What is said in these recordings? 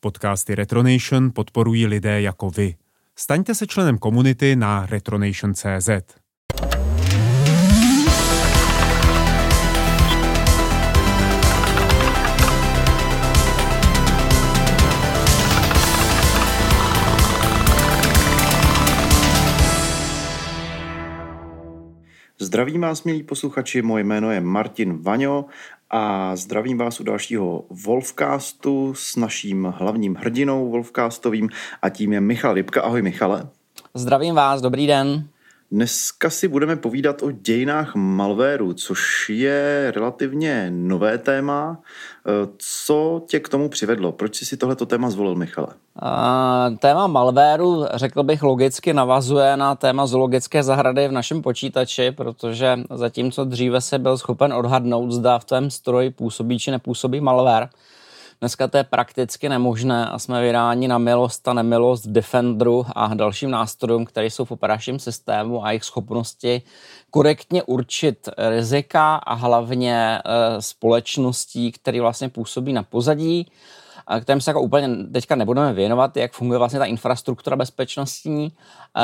Podcasty Retronation podporují lidé jako vy. Staňte se členem komunity na retronation.cz. Zdravím vás, milí posluchači, moje jméno je Martin Vaňo a zdravím vás u dalšího Wolfcastu s naším hlavním hrdinou Wolfcastovým a tím je Michal Rybka. Ahoj, Michale. Zdravím vás, dobrý den. Dneska si budeme povídat o dějinách malwareu, což je relativně nové téma. Co tě k tomu přivedlo? Proč jsi si tohleto téma zvolil, Michale? Téma malwareu, řekl bych, logicky navazuje na téma zoologické zahrady v našem počítači, protože zatímco dříve se byl schopen odhadnout, zda v tvém stroji působí či nepůsobí malware, dneska to je prakticky nemožné a jsme vydáni na milost a nemilost Defenderu a dalším nástrojům, které jsou v operačním systému a jejich schopnosti korektně určit rizika a hlavně společností, které vlastně působí na pozadí, kterým se jako úplně teďka nebudeme věnovat, jak funguje vlastně ta infrastruktura bezpečnostní,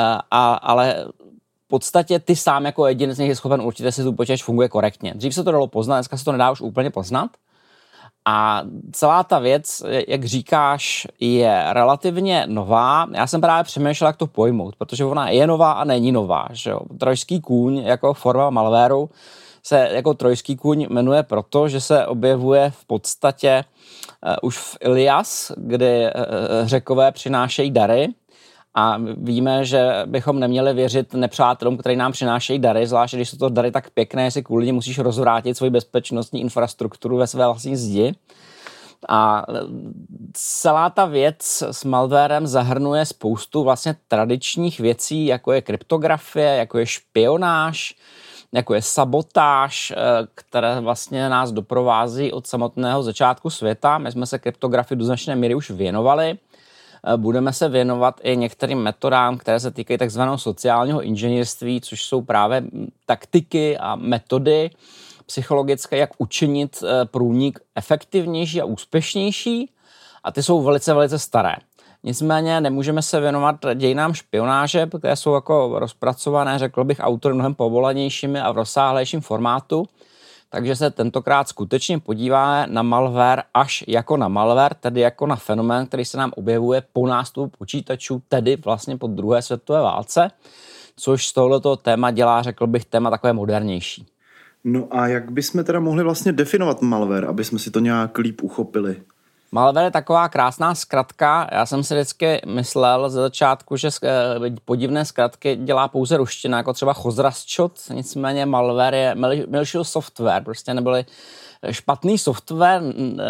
ale v podstatě ty sám jako jedinec z nich je schopen určit, jestli tu počítač funguje korektně. Dřív se to dalo poznat, dneska se to nedá už úplně poznat. A celá ta věc, jak říkáš, je relativně nová. Já jsem právě přemýšlel, jak to pojmout, protože ona je nová a není nová. Že jo? Trojský kůň jako forma malwareu se jako trojský kůň jmenuje proto, že se objevuje v podstatě už v Ilias, kdy Řekové přinášejí dary. A víme, že bychom neměli věřit nepřátelům, kteří nám přinášejí dary, zvlášť když jsou to dary tak pěkné, jestli kvůli nim musíš rozvrátit svoji bezpečnostní infrastrukturu ve své vlastní zdi. A celá ta věc s malwarem zahrnuje spoustu vlastně tradičních věcí, jako je kryptografie, jako je špionáž, jako je sabotáž, které vlastně nás doprovází od samotného začátku světa. My jsme se kryptografii do značné míry už věnovali. Budeme se věnovat i některým metodám, které se týkají takzvaného sociálního inženýrství, což jsou právě taktiky a metody psychologické, jak učinit průnik efektivnější a úspěšnější. A ty jsou velice, velice staré. Nicméně nemůžeme se věnovat dějinám špionáže, které jsou jako rozpracované, řekl bych, autory mnohem povolanějšími a v rozsáhlejším formátu. Takže se tentokrát skutečně podíváme na malware až jako na malware, tedy jako na fenomén, který se nám objevuje po nástupu počítačů, tedy vlastně po druhé světové válce, což z tohoto téma dělá, řekl bych, téma takové modernější. No a jak bychom teda mohli vlastně definovat malware, aby jsme si to nějak líp uchopili? Malware je taková krásná zkratka. Já jsem si vždycky myslel ze začátku, že podivné zkratky dělá pouze ruština, jako třeba Chozrasčot, nicméně malware je malicious software, prostě neboli špatný software,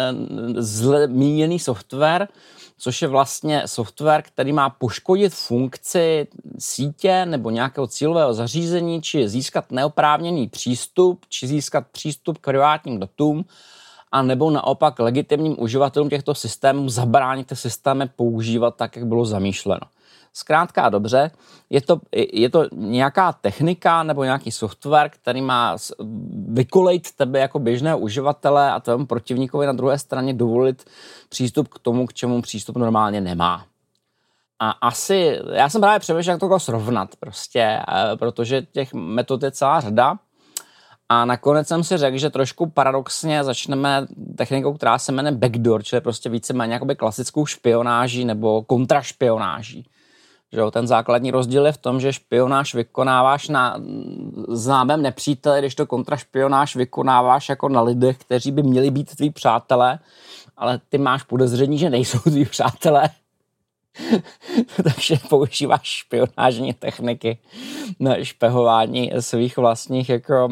zle míněný software, což je vlastně software, který má poškodit funkci sítě nebo nějakého cílového zařízení, či získat neoprávněný přístup, či získat přístup k privátním datům, a nebo naopak legitimním uživatelům těchto systémů zabránit ty systémy používat tak, jak bylo zamýšleno. Zkrátka a dobře, je to nějaká technika nebo nějaký software, který má vykolejit tebe jako běžného uživatele a tvému protivníkovi na druhé straně dovolit přístup k tomu, k čemu přístup normálně nemá. A asi, já jsem právě přemýšlel, jak to srovnat prostě, protože těch metod je celá řada. A nakonec jsem si řekl, že trošku paradoxně začneme technikou, která se jmenuje backdoor, čili prostě víceméně jakoby klasickou špionáží nebo kontrašpionáží. Že ten základní rozdíl je v tom, že špionáž vykonáváš na známém nepříteli, když to kontrašpionáž vykonáváš jako na lidech, kteří by měli být tví přátelé, ale ty máš podezření, že nejsou tví přátelé. Takže používáš špionážní techniky na špehování svých vlastních jako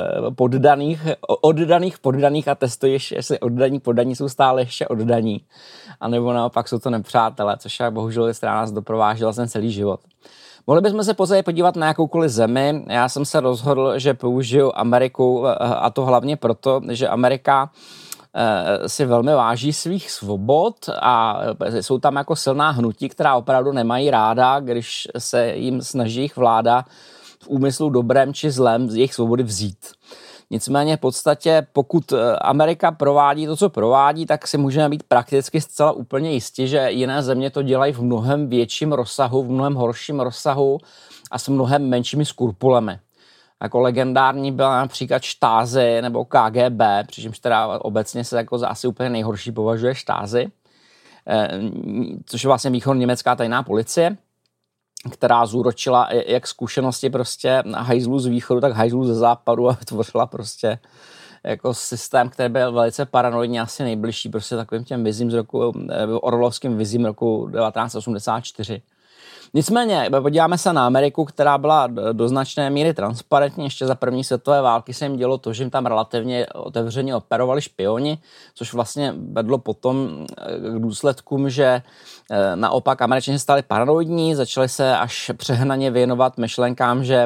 poddaných a testuješ, jestli poddaní jsou stále ještě oddaní, anebo naopak jsou to nepřátelé, což je bohužel věc, která nás doprovážela ten celý život. Mohli bychom se později podívat na jakoukoliv zemi. Já jsem se rozhodl, že použiju Ameriku, a to hlavně proto, že Amerika si velmi váží svých svobod a jsou tam jako silná hnutí, která opravdu nemají ráda, když se jim snaží jejich vláda v úmyslu dobrém či zlém z jejich svobody vzít. Nicméně v podstatě, pokud Amerika provádí to, co provádí, tak si můžeme být prakticky zcela úplně jistí, že jiné země to dělají v mnohem větším rozsahu, v mnohem horším rozsahu a s mnohem menšími skrupulemi. Jako legendární byla například Stasi nebo KGB, přičemž teda obecně se jako za asi úplně nejhorší považuje Stasi, což je vlastně východněmecká tajná policie, která zúročila jak zkušenosti prostě hajzlů z východu, tak hajzlů ze západu a vytvořila prostě jako systém, který byl velice paranoidní, asi nejbližší prostě takovým těm vizím z roku, orwellovským vizím roku 1984. Nicméně, podíváme se na Ameriku, která byla do značné míry transparentní. Ještě za první světové války se jim dělo to, že jim tam relativně otevřeně operovali špioni, což vlastně vedlo potom k důsledkům, že naopak Američané stali paranoidní, začali se až přehnaně věnovat myšlenkám, že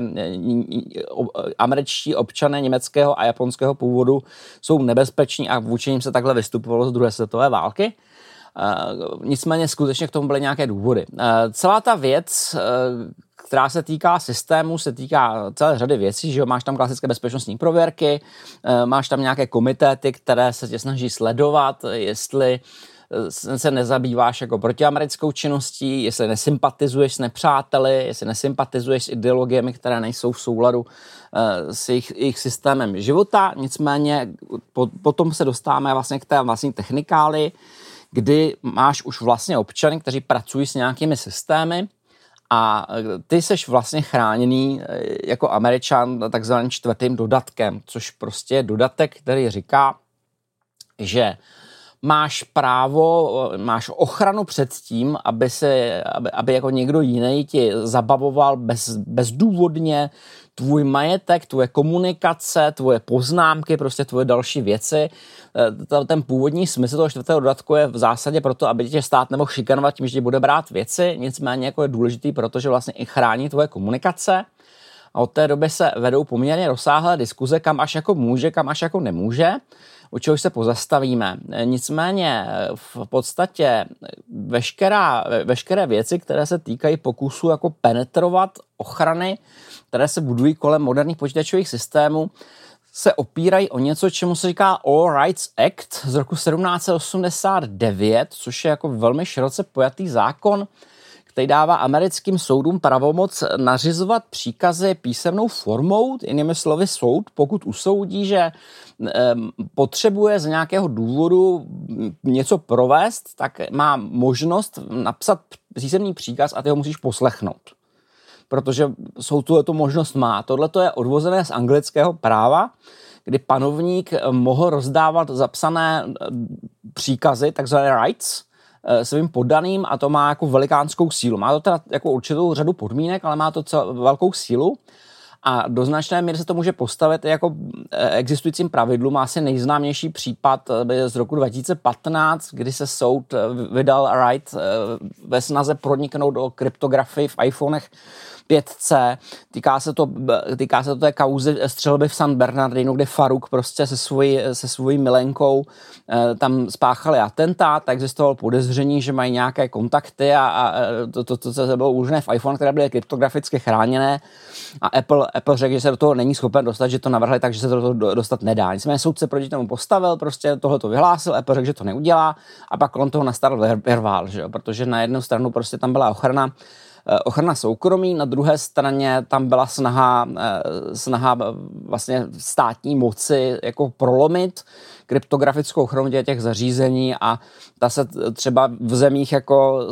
američtí občané německého a japonského původu jsou nebezpeční a vůči nim se takhle vystupovalo z druhé světové války. Nicméně skutečně k tomu byly nějaké důvody. Celá ta věc, která se týká systému, se týká celé řady věcí, že jo? Máš tam klasické bezpečnostní prověrky, máš tam nějaké komitéty, které se tě snaží sledovat, jestli se nezabýváš jako protiamerickou činností, jestli nesympatizuješ s nepřáteli, jestli nesympatizuješ s ideologiemi, které nejsou v souladu s jejich systémem života. Nicméně potom se dostáváme vlastně k té vlastní technikáli, kdy máš už vlastně občany, kteří pracují s nějakými systémy a ty seš vlastně chráněný jako Američan takzvaným čtvrtým dodatkem, což prostě je dodatek, který říká, že máš právo, máš ochranu před tím, aby jako někdo jiný ti zabavoval bezdůvodně tvůj majetek, tvoje komunikace, tvoje poznámky, prostě tvoje další věci. Ten původní smysl toho čtvrtého dodatku je v zásadě proto, aby tě stát nemohl šikanovat tím, že ti bude brát věci, nicméně jako je důležitý, protože vlastně i chrání tvoje komunikace. A od té doby se vedou poměrně rozsáhlé diskuze, kam až jako může, kam až jako nemůže, u čehož se pozastavíme. Nicméně v podstatě veškeré věci, které se týkají pokusu jako penetrovat ochrany, které se budují kolem moderních počítačových systémů, se opírají o něco, čemu se říká All Rights Act z roku 1789, což je jako velmi široce pojatý zákon, který dává americkým soudům pravomoc nařizovat příkazy písemnou formou, jinými slovy soud, pokud usoudí, že potřebuje z nějakého důvodu něco provést, tak má možnost napsat písemný příkaz a ty ho musíš poslechnout. Protože soud tuto možnost má. Tohle je odvozené z anglického práva, kdy panovník mohl rozdávat zapsané příkazy, takzvané rights, svým poddaným a to má jako velikánskou sílu. Má to teda jako určitou řadu podmínek, ale má to velkou sílu a do značné míry se to může postavit jako existujícím pravidlům. Asi nejznámější případ z roku 2015, kdy se soud vydal right ve snaze proniknout do kryptografii v iPhonech 5C. Týká se to té kauzy střelby v San Bernardinu, kde Faruk prostě se svojí milenkou tam spáchali atentát, tak existovalo podezření, že mají nějaké kontakty a to se bylo uložené v iPhone, které byly kryptograficky chráněné a Apple řekl, že se do toho není schopen dostat, že to navrhli tak, že se do toho dostat nedá. Nicméně soud se proti tomu postavil, prostě tohle to vyhlásil, Apple řekl, že to neudělá a pak kolem toho nastal virvál, že jo? Protože na jednu stranu prostě tam byla ochrana soukromí, na druhé straně tam byla snaha vlastně státní moci jako prolomit kryptografickou ochranu těch zařízení a ta se třeba v zemích jako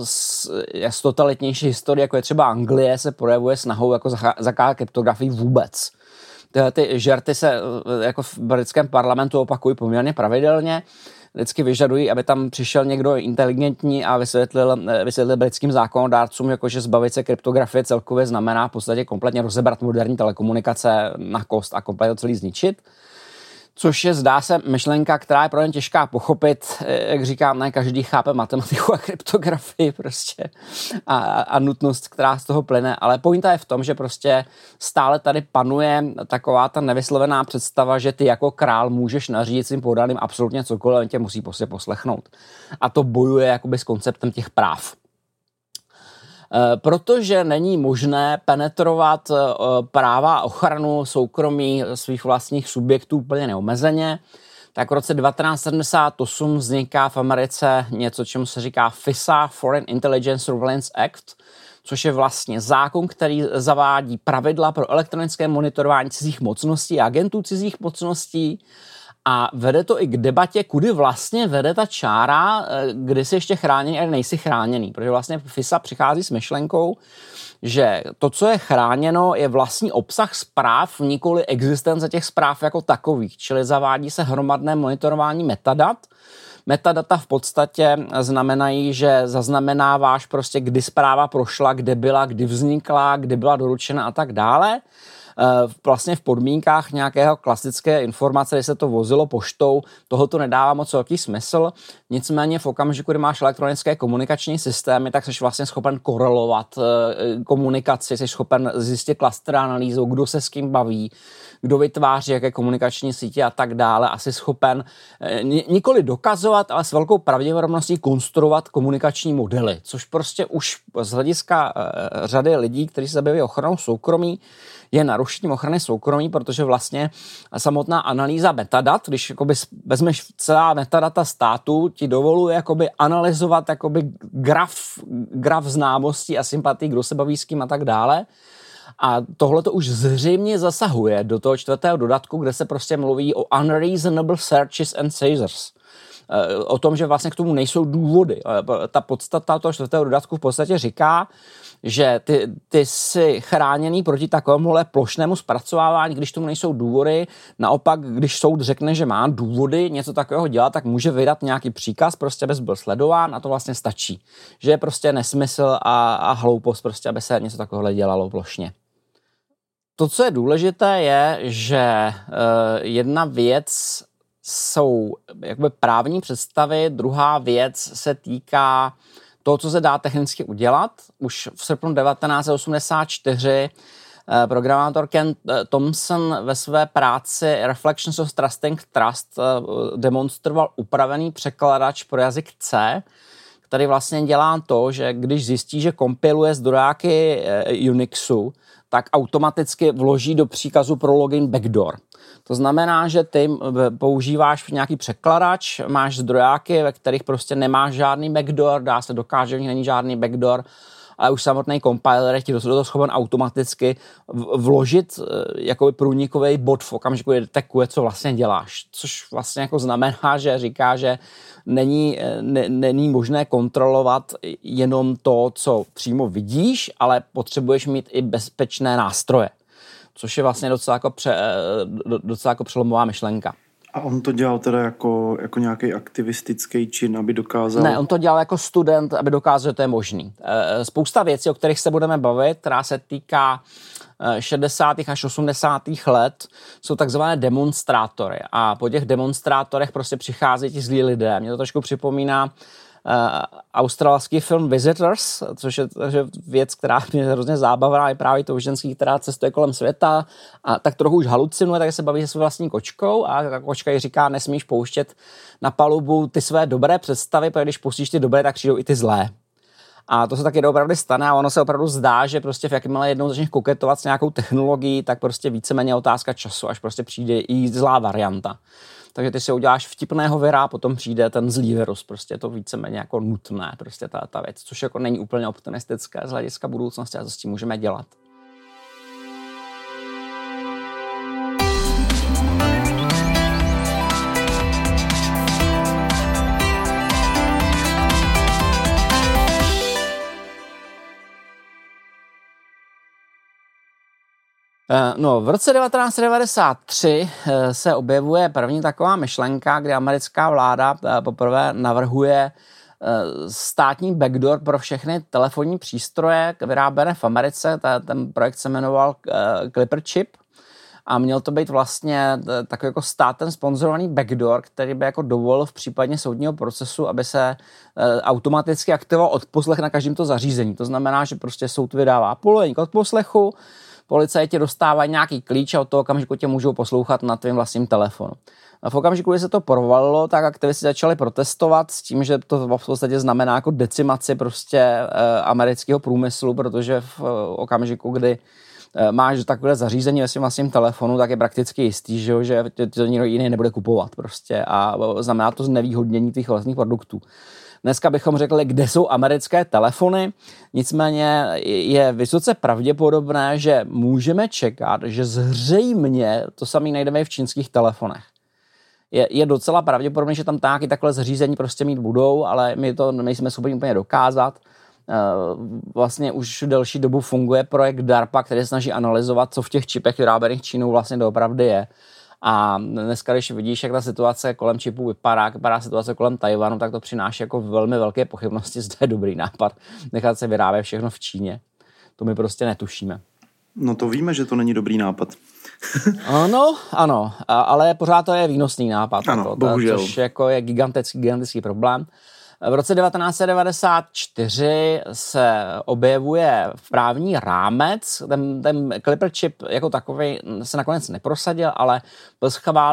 z totalitnější historie, jako je třeba Anglie, se projevuje snahou jako zakázat kryptografii vůbec. Ty žerty se jako v britském parlamentu opakují poměrně pravidelně. Vždycky vyžadují, aby tam přišel někdo inteligentní a vysvětlil britským zákonodárcům, jakože zbavit se kryptografie celkově znamená v podstatě kompletně rozebrat moderní telekomunikace na kost a kompletně to celý zničit. Což je, zdá se, myšlenka, která je pro ně těžká pochopit, jak říkám, ne každý chápe matematiku a kryptografii prostě a nutnost, která z toho plyne, ale pointa je v tom, že prostě stále tady panuje taková ta nevyslovená představa, že ty jako král můžeš nařídit svým podaným absolutně cokoliv, on tě musí prostě poslechnout. A to bojuje jakoby s konceptem těch práv. Protože není možné penetrovat práva a ochranu soukromí svých vlastních subjektů úplně neomezeně, tak v roce 1978 vzniká v Americe něco, čemu se říká FISA, Foreign Intelligence Surveillance Act, což je vlastně zákon, který zavádí pravidla pro elektronické monitorování cizích mocností a agentů cizích mocností. A vede to i k debatě, kudy vlastně vede ta čára, kdy jsi ještě chráněný a nejsi chráněný. Protože vlastně FISA přichází s myšlenkou, že to, co je chráněno, je vlastní obsah zpráv, nikoli existence těch zpráv jako takových. Čili zavádí se hromadné monitorování metadat. Metadata v podstatě znamenají, že zaznamenáváš prostě, kdy zpráva prošla, kde byla, kdy vznikla, kdy byla doručena a tak dále. Vlastně v podmínkách nějakého klasické informace, kdy se to vozilo poštou, tohoto nedává moc velký smysl. Nicméně v okamžiku, kdy máš elektronické komunikační systémy, tak jsi vlastně schopen korelovat komunikaci, jsi schopen zjistit klaster analýzu, kdo se s kým baví, kdo vytváří jaké komunikační sítě a tak dále. Asi schopen nikoli dokazovat, ale s velkou pravděpodobností konstruovat komunikační modely, což prostě už z hlediska řady lidí, kteří se zabývají ochranou soukromí, je narušením ochrany soukromí, protože vlastně samotná analýza metadat, když jakoby vezmeš celá metadata státu, ti dovoluje jakoby analyzovat jakoby graf známostí a sympatí, kdo se baví s kým a tak dále. A tohle to už zřejmě zasahuje do toho 4. dodatku, kde se prostě mluví o unreasonable searches and seizures. O tom, že vlastně k tomu nejsou důvody. Ta podstata toho 4. dodatku v podstatě říká, že ty jsi chráněný proti takovémuhle plošnému zpracovávání, když tomu nejsou důvody. Naopak, když soud řekne, že má důvody něco takového dělat, tak může vydat nějaký příkaz, prostě abys byl sledován a to vlastně stačí. Že je prostě nesmysl a hloupost, prostě, aby se něco takového dělalo plošně. To, co je důležité, je, že jedna věc jsou jakoby právní představy, druhá věc se týká toho, co se dá technicky udělat. Už v srpnu 1984 programátor Ken Thompson ve své práci Reflections of Trusting Trust demonstroval upravený překladač pro jazyk C, který vlastně dělá to, že když zjistí, že kompiluje zdrojáky Unixu, tak automaticky vloží do příkazu pro login backdoor. To znamená, že ty používáš nějaký překladač, máš zdrojáky, ve kterých prostě nemáš žádný backdoor, dá se dokáže, že není žádný backdoor, ale už samotný compiler je ti do toho schopen automaticky vložit jakoby průnikový bod v okamžiku, kdy detekuje, co vlastně děláš. Což vlastně jako znamená, že říká, že není možné kontrolovat jenom to, co přímo vidíš, ale potřebuješ mít i bezpečné nástroje. Což je vlastně docela jako přelomová myšlenka. A on to dělal teda jako nějaký aktivistický čin, aby dokázal... Ne, on to dělal jako student, aby dokázal, že to je možný. Spousta věcí, o kterých se budeme bavit, která se týká 60. až 80. let, jsou takzvané demonstrátory. A po těch demonstrátorech prostě přichází ti zlí lidé. Mě to trošku připomíná australský film Visitors, což je věc, která mě hrozně zábavná, je právě to ženský, která cestuje kolem světa a tak trochu už halucinuje, tak se baví se svou vlastní kočkou a ta kočka jí říká, nesmíš pouštět na palubu ty své dobré představy, protože když pustíš ty dobré, tak přijdou i ty zlé. A to se taky opravdu stane a ono se opravdu zdá, že prostě v jakmile jednou začneš koketovat s nějakou technologií, tak prostě víceméně otázka času, až prostě přijde i zlá varianta. Takže ty si uděláš vtipného vira, potom přijde ten zlý virus, prostě je to víceméně jako nutné, prostě ta věc, což jako není úplně optimistické z hlediska budoucnosti a co s tím můžeme dělat. No, v roce 1993 se objevuje první taková myšlenka, kdy americká vláda poprvé navrhuje státní backdoor pro všechny telefonní přístroje vyráběné v Americe. Ten projekt se jmenoval Clipper Chip a měl to být vlastně takový jako státem sponzorovaný backdoor, který by jako dovolil v případě soudního procesu, aby se automaticky aktivoval odposlech na každém to zařízení. To znamená, že prostě soud vydává povolení k odposlechu, policajti dostávají nějaký klíč a od toho okamžiku tě můžou poslouchat na tvém vlastním telefonu. A v okamžiku, kdy se to provalilo, tak aktivisti začali protestovat s tím, že to v podstatě znamená jako decimaci prostě amerického průmyslu, protože v okamžiku, kdy máš takové zařízení ve svém vlastním telefonu, tak je prakticky jistý, že to nikdo jiný nebude kupovat prostě a znamená to znevýhodnění těch vlastních produktů. Dneska bychom řekli, kde jsou americké telefony, nicméně je vysoce pravděpodobné, že můžeme čekat, že zřejmě to samé najdeme i v čínských telefonech. Je docela pravděpodobné, že tam taky takhle zařízení prostě mít budou, ale my to nejsme schopni úplně dokázat. Vlastně už delší dobu funguje projekt DARPA, který se snaží analyzovat, co v těch čipech vyráběných Čínou vlastně doopravdy je. A dneska, když vidíš, jak ta situace kolem čipů vypadá situace kolem Tajvanu, tak to přináší jako velmi velké pochybnosti, zda je dobrý nápad nechat se vyrábět všechno v Číně. To my prostě netušíme. No to víme, že to není dobrý nápad. Ano, ale pořád to je výnosný nápad. Ano, bohužel. Což jako je gigantický problém. V roce 1994 se objevuje právní rámec, ten Clipper chip jako takový se nakonec neprosadil, ale byl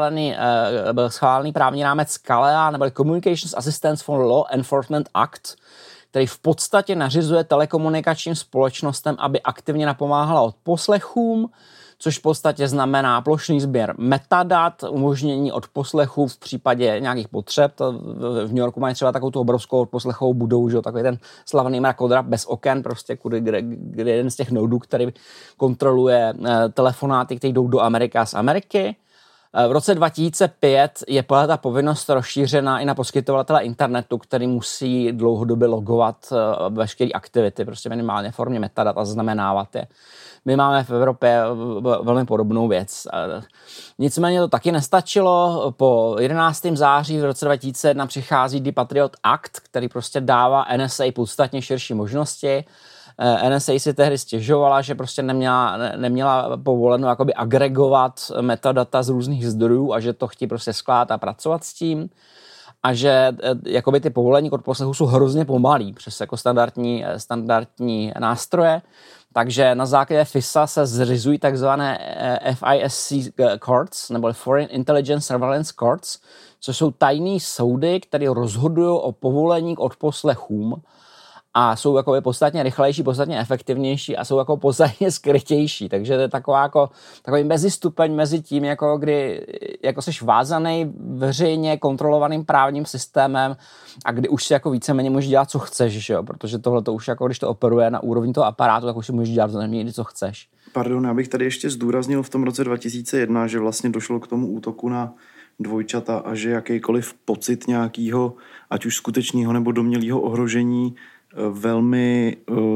schválený právní rámec CALEA, nebo Communications Assistance for Law Enforcement Act, který v podstatě nařizuje telekomunikačním společnostem, aby aktivně napomáhala odposlechům, což v podstatě znamená plošný sběr metadat, umožnění odposlechů v případě nějakých potřeb. V New Yorku mají třeba takovou tu obrovskou odposlechovou budovu, že takový ten slavný mrakodrap bez oken, prostě kde jeden z těch nodů, který kontroluje telefonáty, které jdou do Ameriky a z Ameriky. V roce 2005 je ta povinnost rozšířena i na poskytovatele internetu, který musí dlouhodobě logovat veškeré aktivity, prostě minimálně v formě metadat a zaznamenávat je. My máme v Evropě velmi podobnou věc. Nicméně to taky nestačilo. Po 11. září v roce 2001 přichází The Patriot Act, který prostě dává NSA podstatně širší možnosti. NSA si tehdy stěžovala, že prostě neměla povoleno jakoby agregovat metadata z různých zdrojů a že to chtějí prostě skládat a pracovat s tím. A že jakoby ty povolení k odposlechu jsou hrozně pomalý přes jako standardní nástroje. Takže na základě FISA se zřizují takzvané FISC courts, nebo Foreign Intelligence Surveillance Courts, což jsou tajný soudy, které rozhodují o povolení k odposlechům a jsou jako podstatně rychlejší, podstatně efektivnější a jsou jako podstatně skrytější. Takže to je takový mezistupeň mezi tím, jako kdy jako jsi vázaný veřejně kontrolovaným právním systémem a kdy už si jako víceméně můžeš dělat, co chceš, že jo? Protože tohle to už jako, když to operuje na úrovni toho aparátu, tak už si můžeš dělat co chceš. Pardon, já bych tady ještě zdůraznil v tom roce 2001, že vlastně došlo k tomu útoku na dvojčata a že jakýkoliv pocit nějakého, ať už skutečného nebo domnělého ohrožení, velmi,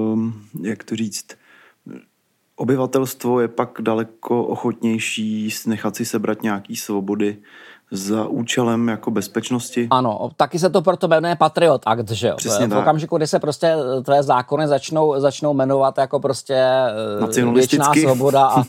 jak to říct, obyvatelstvo je pak daleko ochotnější nechat si sebrat nějaký svobody za účelem jako bezpečnosti. Ano, taky se to proto jmenuje Patriot Act, že jo? V okamžiku, kdy se prostě tvé zákony začnou jmenovat jako prostě věčná svoboda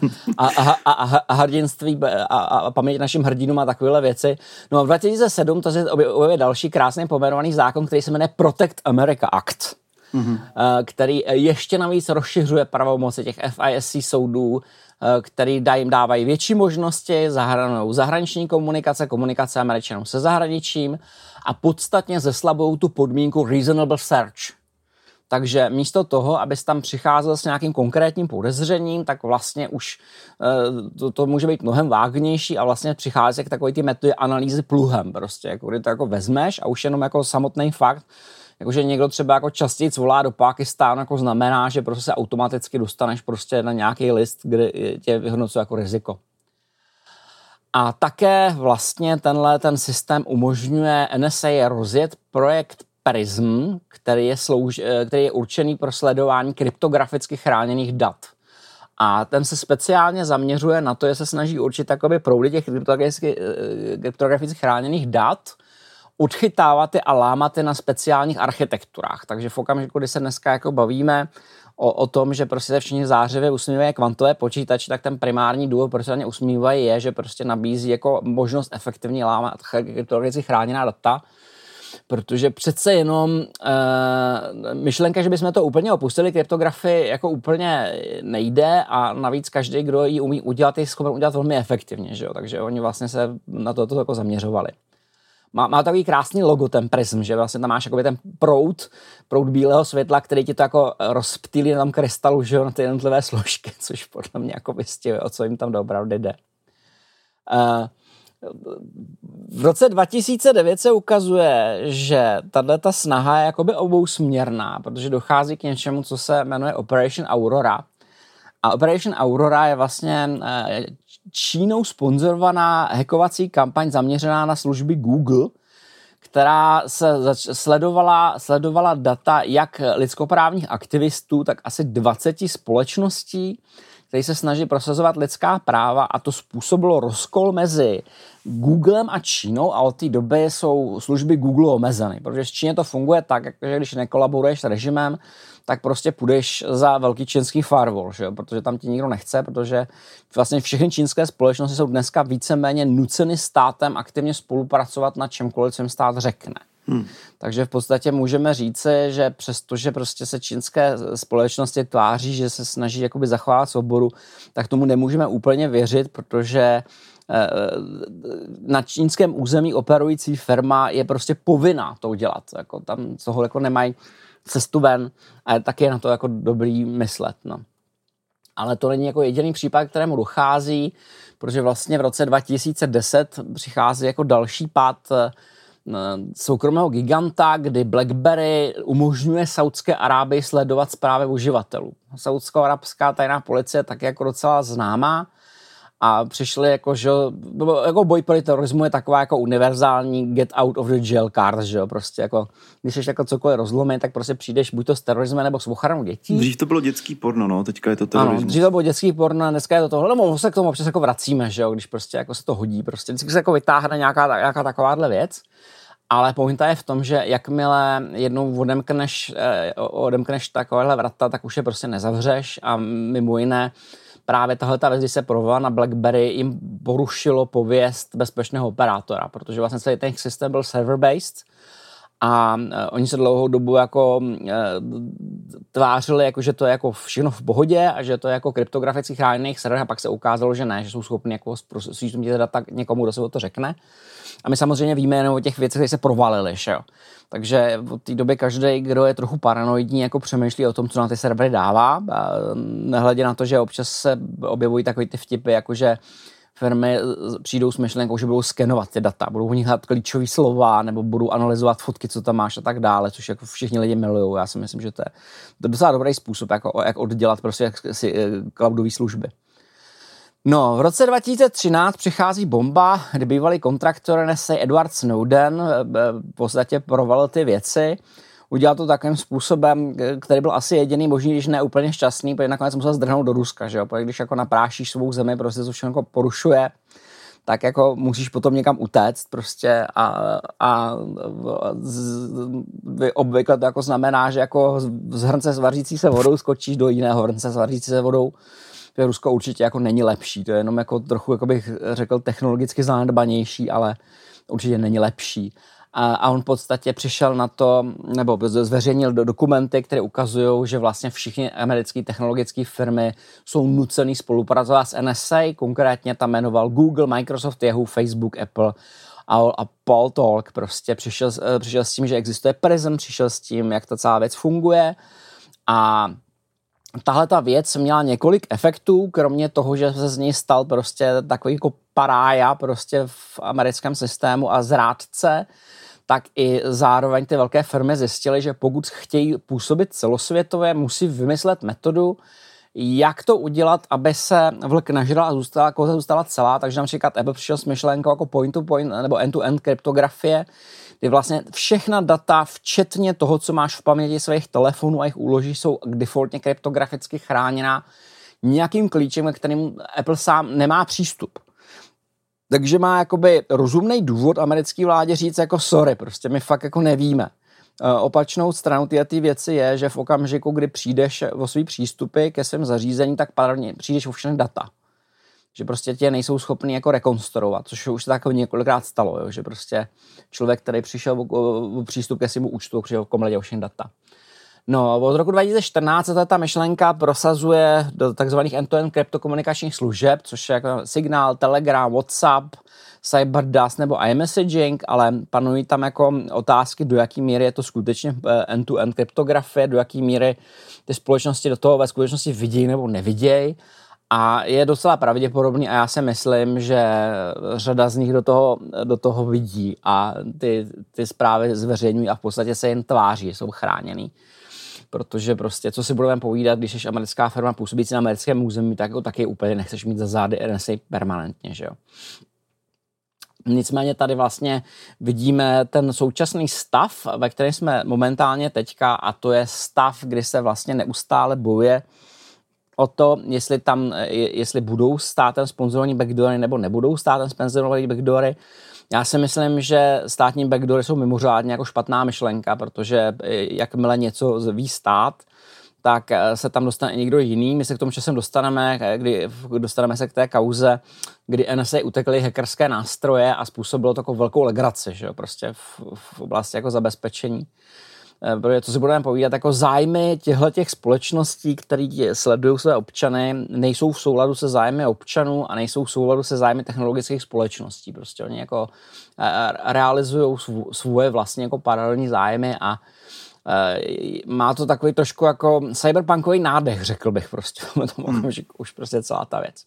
a hrdinství a paměť našim hrdinům a takovéhle věci. No a v 2007 to se objevuje další krásně pojmenovaný zákon, který se jmenuje Protect America Act. Který ještě navíc rozšiřuje pravomoci těch FISC soudů, který jim dávají větší možnosti, zahrnou zahraniční komunikace Američanů se zahraničím a podstatně zeslabují tu podmínku reasonable search. Takže místo toho, abys tam přicházel s nějakým konkrétním podezřením, tak vlastně už to může být mnohem vágnější a vlastně přichází k takové ty metody analýzy pluhem. Prostě, jako, kdy to jako vezmeš a už jenom jako samotný fakt, jakože někdo třeba jako častěji volá do Pákistánu, jako znamená, že prostě se automaticky dostaneš prostě na nějaký list, kde tě vyhodnocuje jako riziko. A také vlastně ten systém umožňuje NSA rozjet projekt PRISM, který je určený pro sledování kryptograficky chráněných dat. A ten se speciálně zaměřuje na to, že se snaží určit takoby proudy těch kryptograficky chráněných dat, odchytávat je a lámat je na speciálních architekturách. Takže v okamžiku, kdy se dneska jako bavíme o tom, že prostě se všichni zářivě usmívají kvantové počítače, tak ten primární důvod, proč se na ně usmívají, je, že prostě nabízí jako možnost efektivně lámat kryptograficky chráněná data. protože přece jenom myšlenka, že bychom to úplně opustili, kryptografii jako úplně nejde a navíc každý, kdo ji umí udělat, je schopen udělat velmi efektivně, že jo? Takže oni vlastně se na to jako zaměřovali. Má takový krásný logo, ten prism, že vlastně tam máš jakoby ten proud bílého světla, který ti to jako rozptýlí na tom krystalu, že jo, na ty jednotlivé složky, což podle mě jako vystihuje, o co jim tam doopravdy jde. V roce 2009 se ukazuje, že tato snaha je jakoby obousměrná, protože dochází k něčemu, co se jmenuje Operation Aurora. A Operation Aurora je vlastně Čínou sponzorovaná hackovací kampaň zaměřená na služby Google, která se sledovala data jak lidskoprávních aktivistů, tak asi 20 společností, které se snaží prosazovat lidská práva, a to způsobilo rozkol mezi Googlem a Čínou a od té doby jsou služby Google omezeny, protože v Číně to funguje tak, že když nekolaboruješ s režimem, tak prostě půjdeš za velký čínský firewall, že jo? Protože tam ti nikdo nechce, protože vlastně všechny čínské společnosti jsou dneska víceméně nuceny státem aktivně spolupracovat na čemkoliv, co jim stát řekne. Takže v podstatě můžeme říci, že přestože prostě se čínské společnosti tváří, že se snaží jakoby zachovávat svobodu, tak tomu nemůžeme úplně věřit, protože na čínském území operující firma je prostě povinná to udělat. Jako tam z toho jako nemají cestu ven a taky je na to jako dobrý myslet. No. Ale to není jako jediný případ, kterému dochází, protože vlastně v roce 2010 přichází jako další pád soukromého giganta, kdy BlackBerry umožňuje Saudské Arábii sledovat zprávy uživatelů. Saudsko-arabská tajná policie je taky jako docela známá a přišli jako, že jako boj proti terorismu je taková jako univerzální get out of the jail card, že jo, prostě jako, když jsi jako cokoliv rozlomit, tak prostě přijdeš buď to s terorismem nebo s ochranou dětí. Dřív to bylo dětský porno, no, teďka je to terorismus. Ano, dřív to bylo dětský porno, dneska je to tohle, nebo se k tomu občas jako vracíme, že jo, když prostě jako se to hodí, prostě vždycky se jako vytáhne nějaká takováhle věc. Ale pointa je v tom, že jakmile jednou odemkneš takovéhle vrata, tak už je prostě nezavřeš a mimo jiné právě tahleta věc, když se provala na BlackBerry, jim porušilo pověst bezpečného operátora, protože vlastně celý ten systém byl server-based a oni se dlouhou dobu jako tvářili, jako, že to je jako všechno v pohodě a že to je jako kryptograficky chráněných serverech a pak se ukázalo, že ne, že jsou schopni jako zpřístupnit data někomu, kdo se o to řekne. A my samozřejmě víme jenom o těch věcech, které se provalily, že jo. Takže od té doby každý, kdo je trochu paranoidní, jako přemýšlí o tom, co na ty servery dává. A nehledě na to, že občas se objevují takový ty vtipy, jakože firmy přijdou s myšlenkou, že budou skenovat ty data, budou v nich hledat klíčové slova, nebo budou analyzovat fotky, co tam máš a tak dále, což jako všichni lidi milují. Já si myslím, že to je docela dobrý způsob, jako, jak oddělat prostě cloudové služby. No, v roce 2013 přichází bomba, kdy bývalý kontraktor NSA Edward Snowden v podstatě provalil ty věci. Udělal to takovým způsobem, který byl asi jediný možný, když ne úplně šťastný, protože nakonec musel zdrhnout do Ruska, že jo? Protože když jako naprášíš svou zemi, prostě to všechno jako porušuje, tak jako musíš potom někam utéct prostě a obvykle to jako znamená, že jako z hrnce s vařící se vodou skočíš do jiného hrnce s vařící se vodou. Rusko určitě jako není lepší, to je jenom jako trochu, jako bych řekl, technologicky zanedbanější, ale určitě není lepší. A on v podstatě přišel na to, nebo zveřejnil dokumenty, které ukazují, že vlastně všichni americké technologické firmy jsou nucený spolupracovat s NSA, konkrétně tam jmenoval Google, Microsoft, Yahoo, Facebook, Apple a Paul Talk prostě přišel s tím, že existuje PRISM, přišel s tím, jak ta celá věc funguje a tahle ta věc měla několik efektů, kromě toho, že se z něj stal prostě takový jako parája prostě v americkém systému a zrádce, tak i zároveň ty velké firmy zjistily, že pokud chtějí působit celosvětově, musí vymyslet metodu, jak to udělat, aby se vlk nažral a koza zůstala celá. Takže například Apple přišel s myšlenkou jako point-to-point nebo end-to-end kryptografie, kdy vlastně všechna data, včetně toho, co máš v paměti svých telefonů a jejich úloží, jsou defaultně kryptograficky chráněná nějakým klíčem, kterým Apple sám nemá přístup. Takže má jakoby rozumný důvod americké vládě říct jako sorry, prostě my fakt jako nevíme. Opačnou stranou ty věci je, že v okamžiku, kdy přijdeš o svý přístupy ke svým zařízení, tak přijdeš o všechny data. že prostě tě nejsou schopni jako rekonstruovat, což už se takové několikrát stalo, jo? Že prostě člověk, který přišel o přístup ke svému účtu, přišel kompletně ošin data. No, od roku 2014 se ta myšlenka prosazuje do takzvaných end-to-end kryptokomunikačních služeb, což je jako Signál, Telegram, WhatsApp, CyberDust nebo iMessaging, ale panují tam jako otázky, do jaký míry je to skutečně end-to-end kryptografie, do jaký míry ty společnosti do toho ve skutečnosti vidějí nebo nevidějí. A je docela pravděpodobný a já si myslím, že řada z nich do toho vidí a ty zprávy zveřejňují a v podstatě se jen tváří, jsou chráněný. Protože prostě, co si budeme povídat, když jsi americká firma působící na americkém území, tak jako taky úplně nechceš mít za zády NSA permanentně, že jo. Nicméně tady vlastně vidíme ten současný stav, ve kterém jsme momentálně teďka, a to je stav, kdy se vlastně neustále bojuje o to, jestli budou státem sponzorovaní backdoory nebo nebudou státem sponzorovaní backdoory. Já si myslím, že státní backdoory jsou mimořádně jako špatná myšlenka, protože jakmile něco ví stát, tak se tam dostane i někdo jiný. My se k tomu časem dostaneme se k té kauze, kdy NSA utekly hackerské nástroje a způsobilo takovou velkou legraci, že jo, prostě v oblasti jako zabezpečení. Protože co si budeme povídat, jako zájmy těch společností, které sledují své občany, nejsou v souladu se zájmy občanů a nejsou v souladu se zájmy technologických společností. Prostě oni jako realizují svoje vlastně jako paralelní zájmy a má to takový trošku jako cyberpunkový nádech, řekl bych prostě. Už prostě celá ta věc.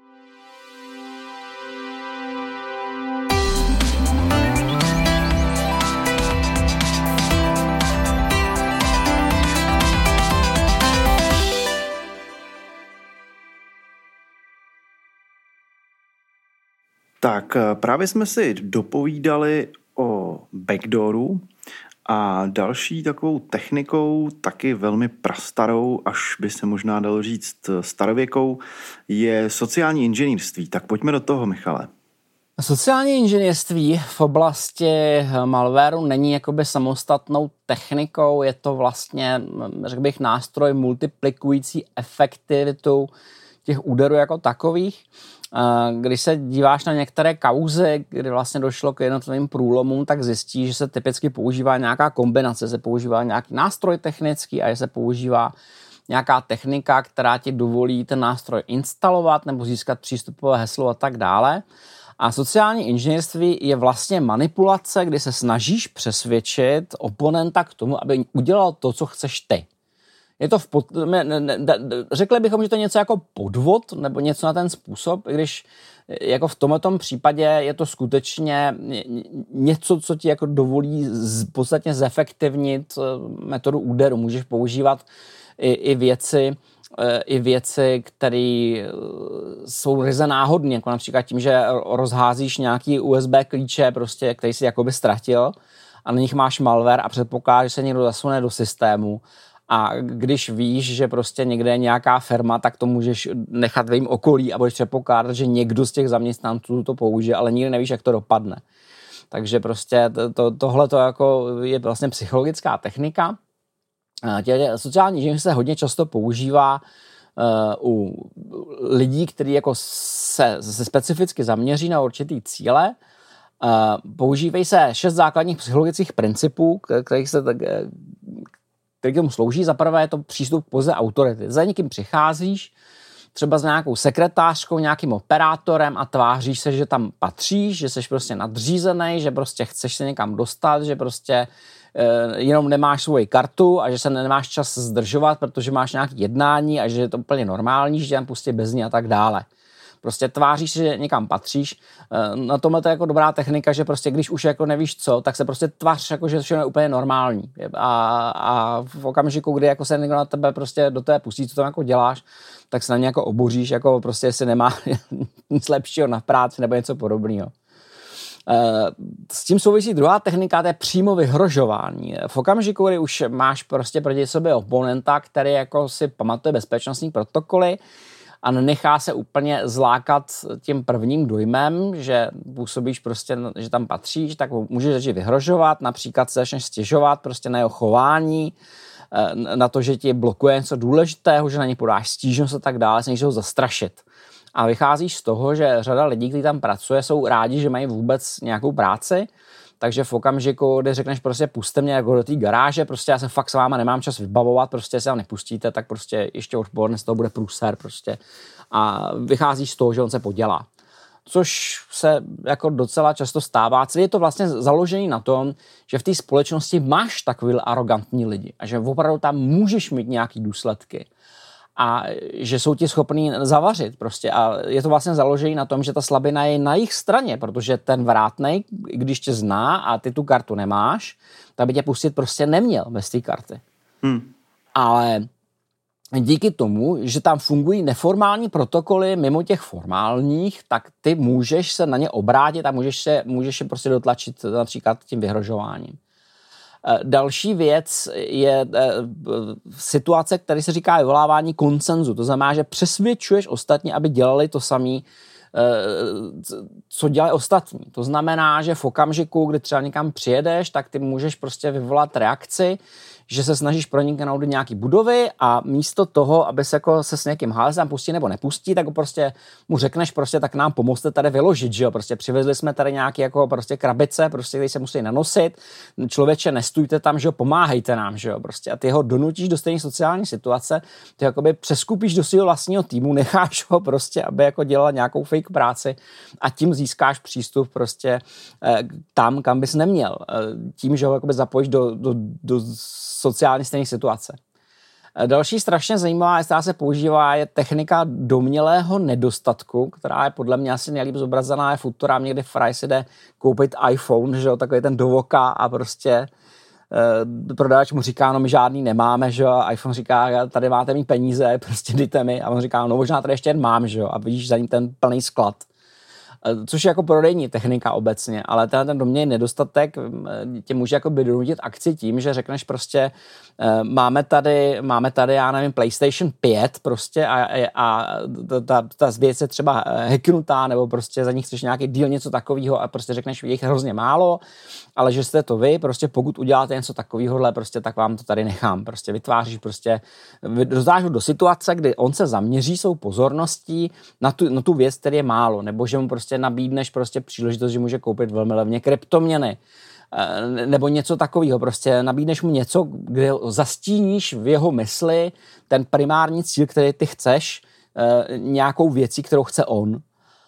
Tak právě jsme si dopovídali o backdooru a další takovou technikou, taky velmi prastarou, až by se možná dalo říct starověkou, je sociální inženýrství. Tak pojďme do toho, Michale. Sociální inženýrství v oblasti malwareu není jakoby samostatnou technikou, je to vlastně, řekl bych, nástroj multiplikující efektivitu těch úderů jako takových. Když se díváš na některé kauzy, kdy vlastně došlo k jednotlivým průlomům, tak zjistíš, že se typicky používá nějaká kombinace, se používá nějaký nástroj technický a že se používá nějaká technika, která ti dovolí ten nástroj instalovat nebo získat přístupové heslo a tak dále. A sociální inženýrství je vlastně manipulace, kdy se snažíš přesvědčit oponenta k tomu, aby udělal to, co chceš ty. Je to řekli bychom, že to je něco jako podvod nebo něco na ten způsob, když jako v tomto případě je to skutečně něco, co ti jako dovolí podstatně zefektivnit metodu úderu. Můžeš používat i věci, které jsou ryze náhodné, jako například tím, že rozházíš nějaký USB klíče, prostě, který si jakoby ztratil a na nich máš malware a předpokládáš, že se někdo zasune do systému. A když víš, že prostě někde je nějaká firma, tak to můžeš nechat v jejím okolí a budeš předpokládat, že někdo z těch zaměstnanců to použije, ale nikdy nevíš, jak to dopadne. Takže prostě tohle jako je vlastně psychologická technika. Sociální inženýrství se hodně často používá u lidí, kteří jako se specificky zaměří na určitý cíle. Používají se 6 základních psychologických principů, kterých se který tomu slouží. Za prvé je to přístup k poze autority. Za někým přicházíš, třeba s nějakou sekretářkou, nějakým operátorem a tváříš se, že tam patříš, že jsi prostě nadřízený, že prostě chceš se někam dostat, že prostě jenom nemáš svoji kartu a že se nemáš čas zdržovat, protože máš nějaké jednání a že je to úplně normální, že tě tam pustí bez ní a tak dále. Prostě tváříš se, že někam patříš. Na tomhle to je jako dobrá technika, že prostě když už jako nevíš co, tak se prostě tvář jako, že všechno je úplně normální. A v okamžiku, kdy jako se někdo na tebe prostě do té pustí, co tam jako děláš, tak se na ně jako oboříš, jako prostě jestli nemá nic lepšího na práci nebo něco podobného. S tím souvisí druhá technika, to je přímo vyhrožování. V okamžiku, kdy už máš prostě proti sobě oponenta, který jako si pamatuje bezpečnostní protokoly a nenechá se úplně zlákat tím prvním dojmem, že působíš prostě, že tam patříš, tak můžeš začít vyhrožovat, například se začneš stěžovat prostě na jeho chování, na to, že ti blokuje něco důležitého, že na ně podáš stížnost a tak dále, se ho zastrašit. a vycházíš z toho, že řada lidí, kteří tam pracuje, jsou rádi, že mají vůbec nějakou práci, takže v okamžiku, kdy řekneš prostě puste mě jako do té garáže, prostě já se fakt s váma nemám čas vybavovat, prostě se vám nepustíte, tak prostě ještě odpoledne z toho bude průser prostě a vycházíš z toho, že on se podělá. Což se jako docela často stává. Celý je to vlastně založený na tom, že v té společnosti máš takový arrogantní lidi a že opravdu tam můžeš mít nějaký důsledky a že jsou ti schopní zavařit prostě a je to vlastně založený na tom, že ta slabina je na jejich straně, protože ten vrátnej, když tě zná a ty tu kartu nemáš, tak by tě pustit prostě neměl bez té karty. Ale díky tomu, že tam fungují neformální protokoly mimo těch formálních, tak ty můžeš se na ně obrátit a můžeš je prostě dotlačit například tím vyhrožováním. Další věc je situace, která se říká vyvolávání konsenzu. To znamená, že přesvědčuješ ostatní, aby dělali to samé, co dělají ostatní. To znamená, že v okamžiku, kdy třeba někam přijedeš, tak ty můžeš prostě vyvolat reakci, že se snažíš proniknout do nějaký budovy a místo toho, aby se jako se s někým hádal, tam pustí nebo nepustí, tak prostě mu řekneš prostě, tak nám pomozte tady vyložit, že jo, prostě přivezli jsme tady nějaké jako prostě krabice, prostě, které se musí nanosit, člověče, nestůjte tam, že jo, pomáhejte nám, že jo, prostě a ty ho donutíš do stejné sociální situace, ty jakoby přeskupíš do svého vlastního týmu, necháš ho prostě, aby jako dělal nějakou fake práci a tím získáš přístup prostě tam, kam bys neměl, tím, že ho jakoby zapojíš do sociálně stejné situace. Další strašně zajímavá, která se používá, je technika domnělého nedostatku, která je podle mě asi nejlíp zobrazená, je futura, někdy Fry si jde koupit iPhone, že jo, takový ten do voka a prostě prodavač mu říká, no my žádný nemáme, že jo, a iPhone říká, tady máte mít peníze, prostě dejte mi, a on říká, no možná tady ještě jen mám, že jo, a vidíš za ním ten plný sklad. Což je jako prodejní technika obecně, ale ten domělý nedostatek tě může jako donutit akci tím, že řekneš prostě máme tady, já nevím, PlayStation 5 prostě a ta věc je třeba hacknutá nebo prostě za ní chceš nějaký deal, něco takového a prostě řekneš, je jich hrozně málo, ale že jste to vy, prostě pokud uděláte něco takového, prostě tak vám to tady nechám, prostě vytváříš prostě, dostáš do situace, kdy on se zaměří svou pozorností na tu věc, který je málo, nebo že mu prostě nabídneš prostě příležitost, že může koupit velmi levně kryptoměny, nebo něco takového, prostě nabídneš mu něco, kde zastíníš v jeho mysli ten primární cíl, který ty chceš, nějakou věcí, kterou chce on.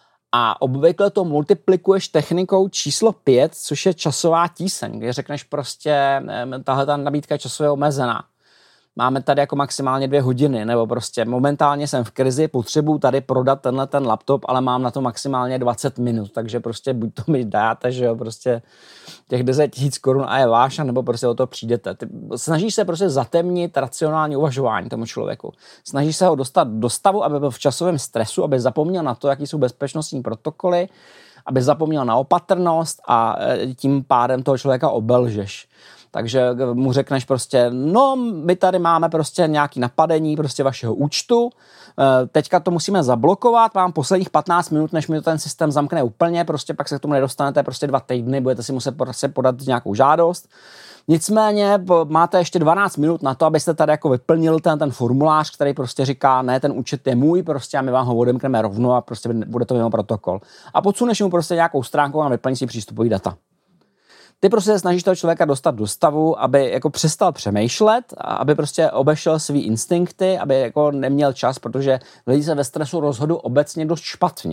A obvykle to multiplikuješ technikou číslo 5, což je časová tíseň, kde řekneš prostě, tahle ta nabídka je časově omezená. Máme tady jako maximálně 2 hodiny, nebo prostě momentálně jsem v krizi, potřebuji tady prodat ten laptop, ale mám na to maximálně 20 minut, takže prostě buď to mi dáte, že jo, prostě těch 10 000 korun a je váš, nebo prostě o to přijdete. Ty snažíš se prostě zatemnit racionální uvažování tomu člověku. Snažíš se ho dostat do stavu, aby byl v časovém stresu, aby zapomněl na to, jaký jsou bezpečnostní protokoly, aby zapomněl na opatrnost a tím pádem toho člověka obelžeš. Takže mu řekneš prostě, no my tady máme prostě nějaký napadení prostě vašeho účtu, teďka to musíme zablokovat, mám posledních 15 minut, než mi to ten systém zamkne úplně, prostě pak se k tomu nedostanete prostě 2 týdny, budete si muset prostě podat nějakou žádost. Nicméně máte ještě 12 minut na to, abyste tady jako vyplnil ten formulář, který prostě říká, ne, ten účet je můj, prostě a my vám ho odemkneme rovno a prostě bude to mimo protokol. A podsuneš mu prostě nějakou stránku a vyplní si přístupový data. Ty prostě se snažíš toho člověka dostat do stavu, aby jako přestal přemýšlet, aby prostě obešel svý instinkty, aby jako neměl čas, protože lidi se ve stresu rozhodují obecně dost špatně.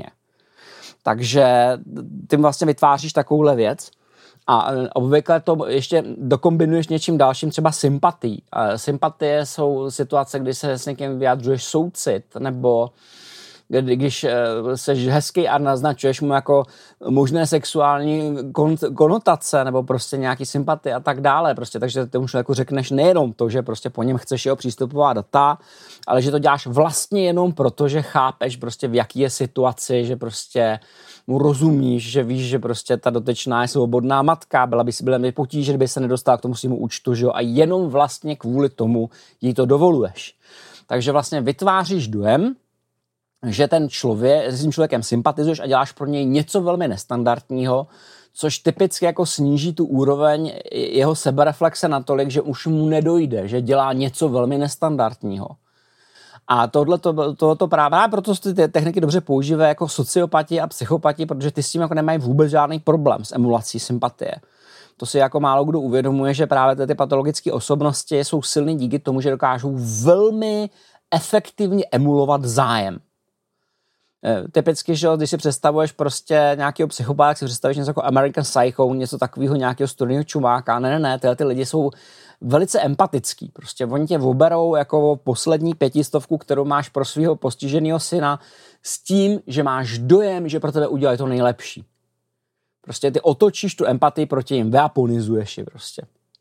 Takže ty vlastně vytváříš takovouhle věc a obvykle to ještě dokombinuješ něčím dalším, třeba sympatií. Sympatie jsou situace, kdy se s někým vyjadřuješ soucit, nebo když jsi hezký a naznačuješ mu jako možné sexuální konotace nebo prostě nějaký sympatie a tak dále. Prostě, takže tomu člověku řekneš nejenom to, že prostě po něm chceš jeho přístupová data, ale že to děláš vlastně jenom proto, že chápeš prostě v jaký je situaci, že prostě mu rozumíš, že víš, že prostě ta dotyčná je svobodná matka, byla by potíže, kdyby se nedostala k tomu svému účtu, že jo, a jenom vlastně kvůli tomu jí to dovoluješ. Takže vlastně vytváříš dojem, že s tím člověkem sympatizuješ a děláš pro něj něco velmi nestandardního, což typicky jako sníží tu úroveň jeho sebereflexe natolik, že už mu nedojde, že dělá něco velmi nestandardního. A tohleto právě proto ty techniky dobře používají jako sociopati a psychopati, protože ty s tím jako nemají vůbec žádný problém s emulací sympatie. To si jako málo kdo uvědomuje, že právě ty patologické osobnosti jsou silný díky tomu, že dokážou velmi efektivně emulovat zájem. Typicky, že když si představuješ prostě nějakého psychopata, tak si představíš něco jako American Psycho, něco takového nějakého studijního čumáka. Ne, tyhle ty lidi jsou velice empatický. Prostě oni tě oberou jako poslední 500, kterou máš pro svého postiženého syna s tím, že máš dojem, že pro tebe udělají to nejlepší. Prostě ty otočíš tu empatii proti jim, weaponizuješ ji prostě.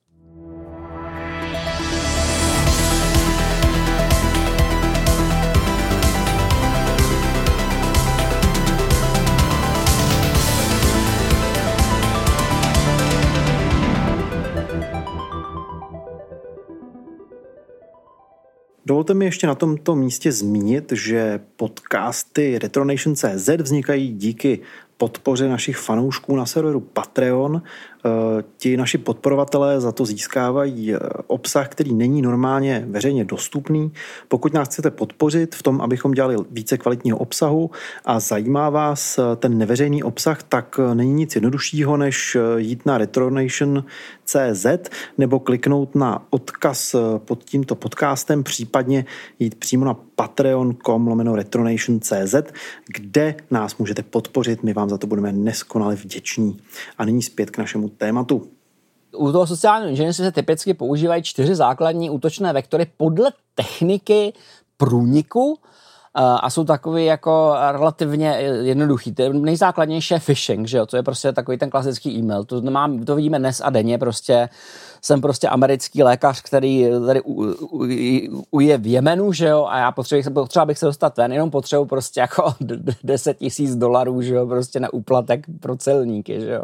Dovolte mi ještě na tomto místě zmínit, že podcasty Retronation.cz vznikají díky podpoře našich fanoušků na serveru Patreon. Ti naši podporovatelé za to získávají obsah, který není normálně veřejně dostupný. Pokud nás chcete podpořit v tom, abychom dělali více kvalitního obsahu a zajímá vás ten neveřejný obsah, tak není nic jednoduššího, než jít na Retronation.cz nebo kliknout na odkaz pod tímto podcastem, případně jít přímo na patreon.com/retronation.cz, kde nás můžete podpořit. My vám za to budeme neskonale vděční. A nyní zpět k našemu tématu. U toho sociálního inženýrství se typicky používají 4 základní útočné vektory podle techniky průniku a jsou takový jako relativně jednoduchý. Nejzákladnější je phishing, že jo? To je prostě takový ten klasický e-mail. To vidíme dnes a denně prostě. Jsem prostě americký lékař, který tady je v Jemenu, že jo, a já potřeba bych se dostat ven, jenom potřebuji prostě jako $10,000, že jo, prostě na úplatek pro celníky, že jo.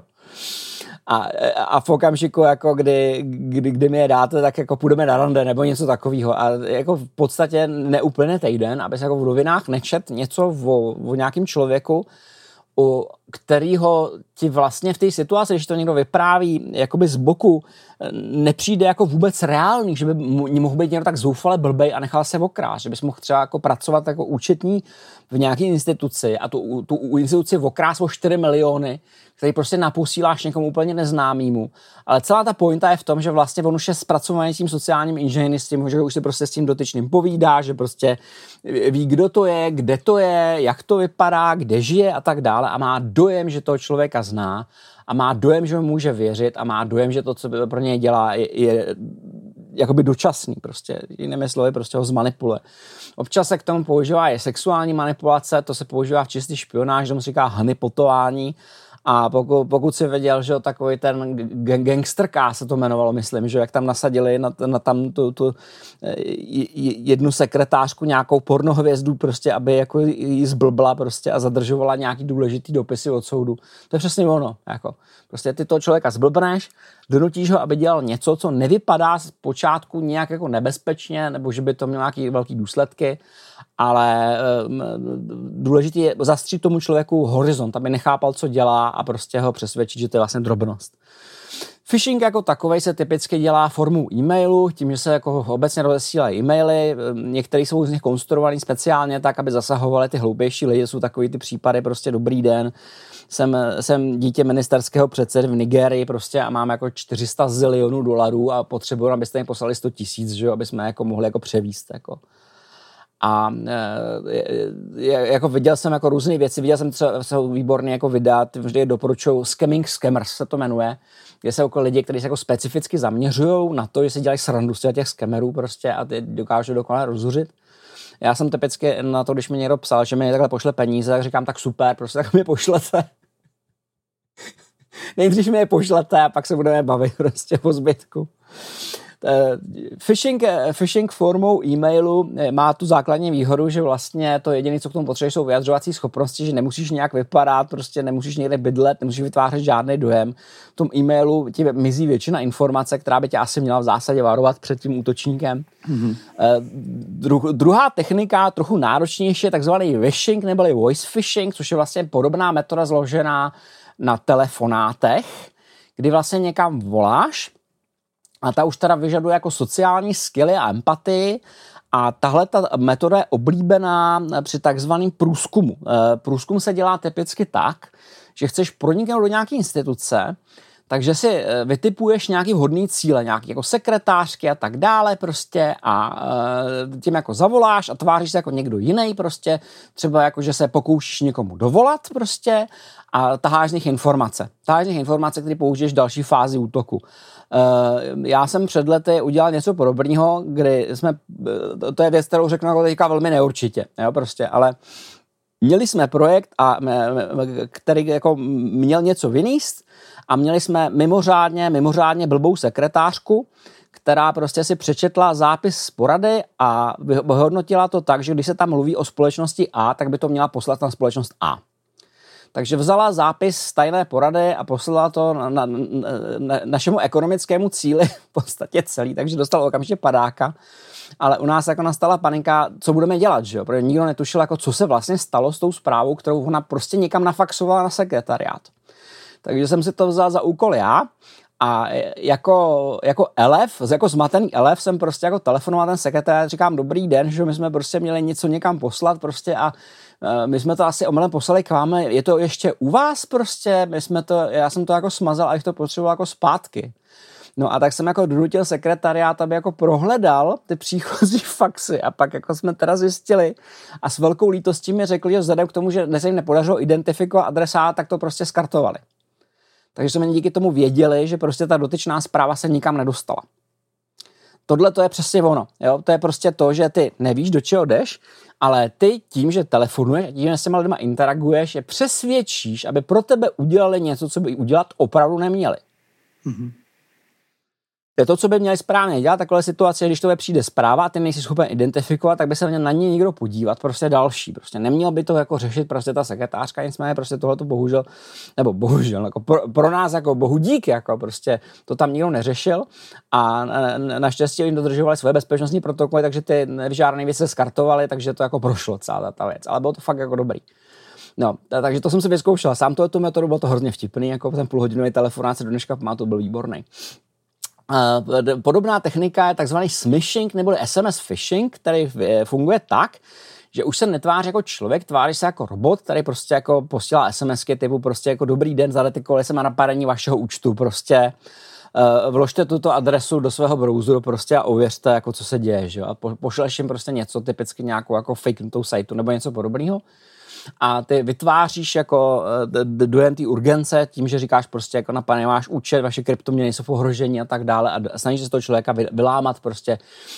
A v okamžiku, jako kdy mi je dáte, tak jako půjdeme na rande nebo něco takového. A jako v podstatě neúplně týden, aby se jako v novinách nečet něco o nějakém člověku, u kterýho ti vlastně v té situaci, když to někdo vypráví jakoby z boku, nepřijde jako vůbec reálný, že by mohl být někdo tak zoufale blbej a nechal se okrást, že bys mohl třeba jako pracovat jako účetní v nějaké instituci a tu instituci okrást o 4 miliony, který prostě naposíláš někomu úplně neznámému. Ale celá ta pointa je v tom, že vlastně on už je zpracovaný tím sociálním inženýrstvím, že už si prostě s tím dotyčným povídá, že prostě ví, kdo to je, kde to je, jak to vypadá, kde žije a tak dále a má dojem, že toho člověka zná a má dojem, že mu může věřit a má dojem, že to, co pro něj dělá, je jakoby dočasný prostě. Jinými slovy, prostě ho zmanipuluje. Občas se k tomu používá i sexuální manipulace, to se používá v čistý špionáž, tomu se říká honeypotování. A pokud si věděl, že takový ten gangsterka se to jmenovalo, myslím, že jak tam nasadili na tam tu jednu sekretářku, nějakou pornohvězdu prostě, aby jako jí zblbla prostě a zadržovala nějaký důležitý dopisy od soudu. To je přesně ono, jako. Prostě ty toho člověka zblbneš, donutíš ho, aby dělal něco, co nevypadá z počátku nějak jako nebezpečně, nebo že by to mělo nějaké velké důsledky, ale důležité je zastřít tomu člověku horizont, aby nechápal, co dělá a prostě ho přesvědčit, že to je vlastně drobnost. Phishing jako takovej se typicky dělá formou e-mailu, tím, že se jako obecně rozesílají e-maily, některý jsou z nich konstruovaný speciálně tak, aby zasahovali ty hloupější lidi, jsou takový ty případy prostě dobrý den, jsem dítě ministerského předsedy v Nigérii prostě a mám jako 400 zilionů dolarů a potřebuji, abyste mi poslali 100 000, že jo, aby jsme jako mohli jako převíst, jako. A jako viděl jsem jako různé věci, viděl jsem co výborný jako videa, vždy je doporučuju, Scamming Scammers se to jmenuje, kde se jako lidi, kteří se jako specificky zaměřují na to, že si dělají srandu z těch skamerů prostě a ty dokážou dokonale rozzuřit. Já jsem typicky na to, když mi někdo psal, že mi takhle pošle peníze, tak říkám, tak super, prostě tak mi je pošlete. Nejdřív mi je pošlete a pak se budeme bavit prostě po zbytku. Phishing formou e-mailu má tu základní výhodu, že vlastně to jediné, co k tomu potřebuješ, jsou vyjadřovací schopnosti, že nemusíš nějak vypadat, prostě nemusíš někde bydlet, nemusíš vytvářet žádný dojem. V tom e-mailu ti mizí většina informace, která by tě asi měla v zásadě varovat před tím útočníkem. Mm-hmm. Druhá technika, trochu náročnější, je takzvaný phishing neboli voice phishing, což je vlastně podobná metoda zložená na telefonátech, kdy vlastně někam voláš A ta už teda vyžaduje jako sociální skilly a empatii. A tahle ta metoda je oblíbená při takzvaném průzkumu. Průzkum se dělá typicky tak, že chceš proniknout do nějaké instituce, takže si vytipuješ nějaký vhodný cíle, nějaký jako sekretářky a tak dále prostě a tím jako zavoláš a tváříš se jako někdo jiný prostě, třeba jako, že se pokoušíš někomu dovolat prostě a taháš z nich informace. Které použiješ v další fázi útoku. Já jsem před lety udělal něco podobného, kdy to je věc, kterou řeknu jako teďka velmi neurčitě, jo, prostě, ale měli jsme projekt, který jako měl něco vynést a měli jsme mimořádně blbou sekretářku, která prostě si přečetla zápis z porady a vyhodnotila to tak, že když se tam mluví o společnosti A, tak by to měla poslat na společnost A. Takže vzala zápis z tajné porady a poslala to našemu ekonomickému cíli v podstatě celý, takže dostal okamžitě padáka. Ale u nás jako nastala panika, co budeme dělat, že jo? Protože nikdo netušil, jako co se vlastně stalo s tou zprávou, kterou ona prostě někam nafaxovala na sekretariát. Takže jsem si to vzal za úkol já a jako elef, jako zmatený elef jsem prostě jako telefonoval ten sekretariát, říkám dobrý den, že my jsme prostě měli něco někam poslat prostě a my jsme to asi omylem poslali k vám, je to ještě u vás prostě, já jsem to jako smazal a jich to potřeboval jako zpátky. No a tak jsem jako donutil sekretariát, aby jako prohledal ty příchozí faxy a pak jako jsme teda zjistili a s velkou lítostí mi řekli, že vzhledem k tomu, že se jim nepodařilo identifikovat adresáta, tak to prostě skartovali. Takže jsme díky tomu věděli, že prostě ta dotyčná zpráva se nikam nedostala. Tohle to je přesně ono. Jo? To je prostě to, že ty nevíš, do čeho jdeš, ale ty tím, že telefonuješ a tím, že s těma lidma interaguješ, je přesvědčíš, aby pro tebe udělali něco, co by udělat opravdu neměli. Mm-hmm. Je to, co by měli správně dělat, takové situace, když to přijde zpráva a ty nejsi schopen identifikovat, tak by se na ně někdo podívat, prostě další. Prostě neměl by to jako řešit prostě ta sekretářka, nicméně prostě tohleto bohužel, jako pro nás jako bohu dík, jako prostě to tam nikdo neřešil a naštěstí oni dodržovali svoje bezpečnostní protokoly, takže ty nevyžádané věci se skartovaly, takže to jako prošlo celá ta věc, ale bylo to fakt jako dobrý. No, takže to jsem si vyzkoušel. Sám tu metodu, bylo to hrozně vtipný, jako ten půlhodinový telefonát se do dneška pamatuju, byl výborný. Podobná technika je takzvaný smishing nebo SMS phishing, který funguje tak, že už se netváří jako člověk, tváří se jako robot, který prostě jako posílá SMSky typu prostě jako dobrý den, zadetekovali jsem na napadení vašeho účtu, prostě vložte tuto adresu do svého browseru prostě a ověřte, jako co se děje, že? A pošleš jim prostě něco, typicky nějakou jako fakenutou sajtu nebo něco podobného. A ty vytváříš jako dojem té urgence tím, že říkáš prostě jako napadne váš účet, vaše kryptoměny jsou v ohrožení a tak dále a snažíš se toho člověka vylámat prostě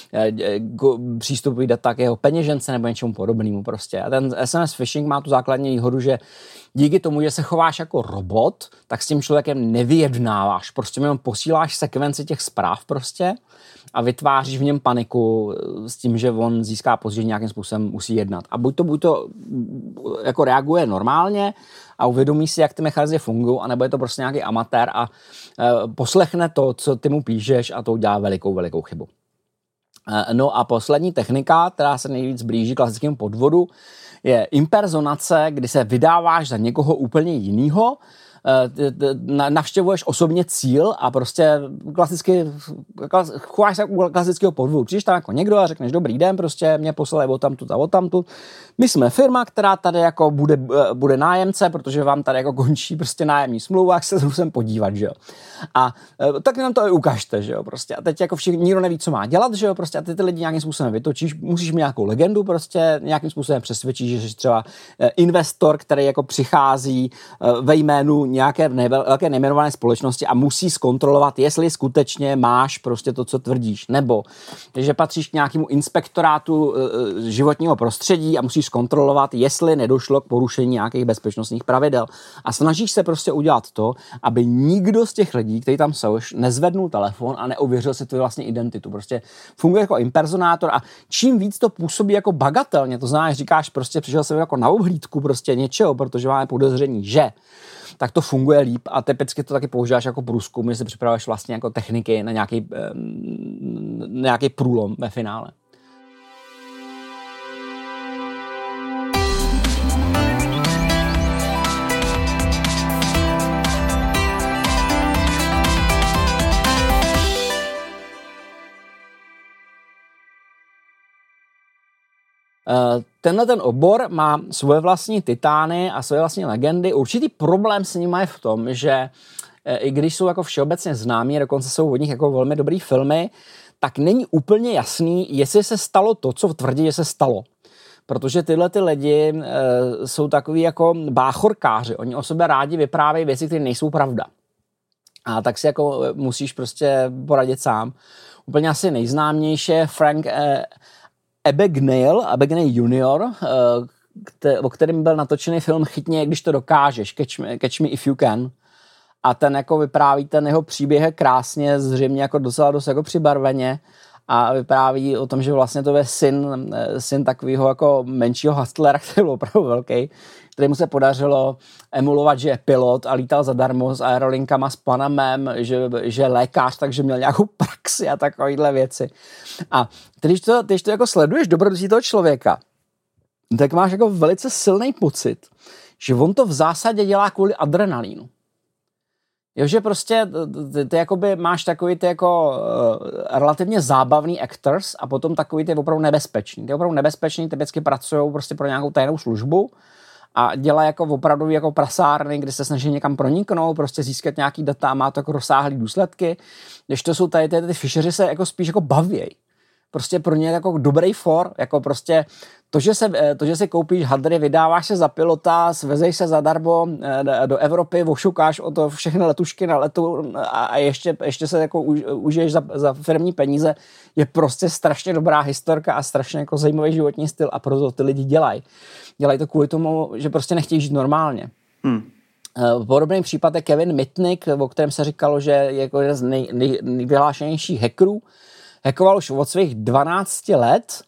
přístupový data k jeho peněžence nebo něčemu podobnému prostě. A ten SMS phishing má tu základní výhodu, že díky tomu, že se chováš jako robot, tak s tím člověkem nevyjednáváš, prostě jenom posíláš sekvenci těch zpráv prostě a vytváříš v něm paniku s tím, že on získá později nějakým způsobem musí jednat. A buď to jako reaguje normálně a uvědomí si, jak ty mechanizmy fungují, anebo je to prostě nějaký amatér a poslechne to, co ty mu píšeš a to udělá velikou chybu. No a poslední technika, která se nejvíc blíží klasickému podvodu, je impersonace, kdy se vydáváš za někoho úplně jinýho, navštěvuješ osobně cíl a prostě chováš se jako klasického podvodu. Přijdeš tam jako někdo a řekneš dobrý den, prostě mě poslali odtamtud a odtamtud. My jsme firma, která tady jako bude nájemce, protože vám tady jako končí prostě nájemní smlouva, jak se sem podívat, že jo. A tak nám to i ukažte, že jo, prostě. A teď jako nikdo neví, co má dělat, že jo, prostě. A ty lidi nějakým způsobem vytočíš, musíš mít nějakou legendu, prostě nějakým způsobem přesvědčíš, že třeba investor, který jako přichází ve jménu nějaké velké nejmenované společnosti a musí zkontrolovat, jestli skutečně máš prostě to, co tvrdíš. Nebo že patříš k nějakému inspektorátu životního prostředí a musíš zkontrolovat, jestli nedošlo k porušení nějakých bezpečnostních pravidel. A snažíš se prostě udělat to, aby nikdo z těch lidí, kteří tam jsou, nezvednul telefon a neověřil si tu vlastní identitu. Prostě funguje jako impersonátor a čím víc to působí jako bagatelně, to znamená, říkáš prostě přišel jsem jako na obhlídku prostě něčeho, protože máme podezření, že tak to funguje líp a typicky to taky používáš jako průzkum, že si připravuješ vlastně jako techniky na nějaký průlom ve finále. Tenhle ten obor má svoje vlastní titány a svoje vlastní legendy. Určitý problém s nimi je v tom, že i když jsou jako všeobecně známí, dokonce jsou od nich jako velmi dobrý filmy, tak není úplně jasný, jestli se stalo to, co tvrdí, že se stalo. Protože tyhle ty lidi jsou takový jako báchorkáři. Oni o sobě rádi vyprávějí věci, které nejsou pravda. A tak si jako musíš prostě poradit sám. Úplně asi nejznámější je Frank Abagnale junior, o kterém byl natočený film Chytně, když to dokážeš, Catch Me If You Can. A ten jako vypráví ten jeho příběh krásně, zřejmě jako docela dost jako přibarveně a vypráví o tom, že vlastně to je syn takového jako menšího hustlera, který byl opravdu velký, kterému se podařilo emulovat, že je pilot a lítal zadarmo s aerolinkama s Panamem, že je lékař, takže měl nějakou praxi a takovýhle věci. A když to jako sleduješ dobrodružství toho člověka, tak máš jako velice silný pocit, že on to v zásadě dělá kvůli adrenalínu. Jo, že prostě ty jakoby máš takový ty jako relativně zábavný actors a potom takový ty opravdu nebezpečný. Ty opravdu nebezpečný typicky pracují prostě pro nějakou tajnou službu a dělají jako opravdu jako prasárny, kdy se snaží někam proniknout, prostě získat nějaký data a má to jako rozsáhlý důsledky. Když to jsou tady ty fišeři se jako spíš jako bavěj. Prostě pro ně jako dobrý for, jako prostě to, že si koupíš hadry, vydáváš se za pilota, svezeš se zadarmo do Evropy, ošukáš o to všechny letušky na letu a ještě se jako užiješ za firmní peníze, je prostě strašně dobrá historka a strašně jako zajímavý životní styl a proto ty lidi dělají. Dělají to kvůli tomu, že prostě nechtějí žít normálně. Podobný případ je Kevin Mitnick, o kterém se říkalo, že je jako jeden z nejvyhlášenější hackerů. Hackoval už od svých 12 let,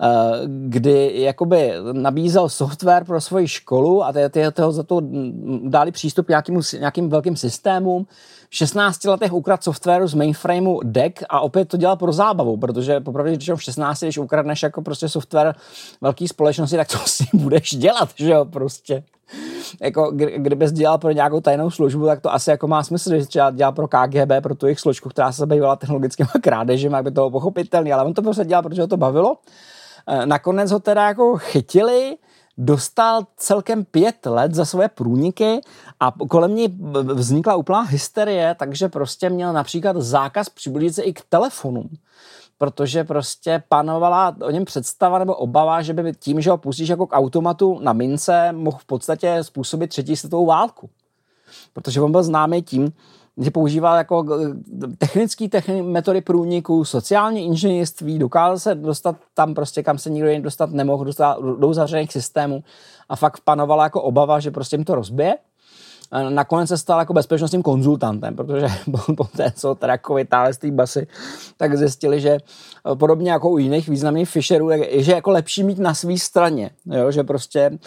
kdy jakoby nabízel software pro svoji školu a ty ho za to dali přístup nějakým velkým systémům. V 16 letech ukradl softwaru z mainframeu DEC a opět to dělal pro zábavu, protože popravdě, když v 16, když ukradneš jako prostě software velký společnosti, tak to s ním budeš dělat, že jo, prostě. Jako, kdybys dělal pro nějakou tajnou službu, tak to asi jako má smysl, že třeba dělal pro KGB, pro tu jejich složku, která se zabývala technologickými krádežemi, aby to bylo pochopitelný, ale on to prostě dělal, protože ho to bavilo. Nakonec ho teda jako chytili, dostal celkem 5 let za svoje průniky a kolem něj vznikla úplná hysterie, takže prostě měl například zákaz přiblížit se i k telefonům. Protože prostě panovala o něm představa nebo obava, že by tím, že ho pustíš jako k automatu na mince, mohl v podstatě způsobit 3. světovou válku. Protože on byl známý tím, že používal jako technické metody průniku, sociální inženýrství, dokázal se dostat tam prostě, kam se nikdo jiný dostat nemohl, dostat do zavřených systémů a fakt panovala jako obava, že prostě jim to rozbije. Nakonec se stal jako bezpečnostním konzultantem, protože poté, co teda jako vytáhli z té basy, tak zjistili, že podobně jako u jiných významných fisherů, že jako lepší mít na své straně, jo? Že prostě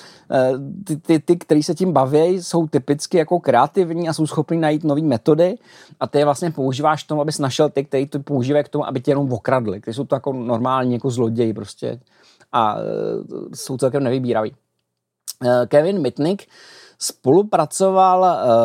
ty, kteří se tím baví, jsou typicky jako kreativní a jsou schopni najít nové metody a ty je vlastně používáš k tomu, abys našel ty, kteří to používají k tomu, aby tě jenom okradli, kteří jsou to jako normální jako zloději prostě a jsou celkem nevybíraví. Kevin Mitnick spolupracoval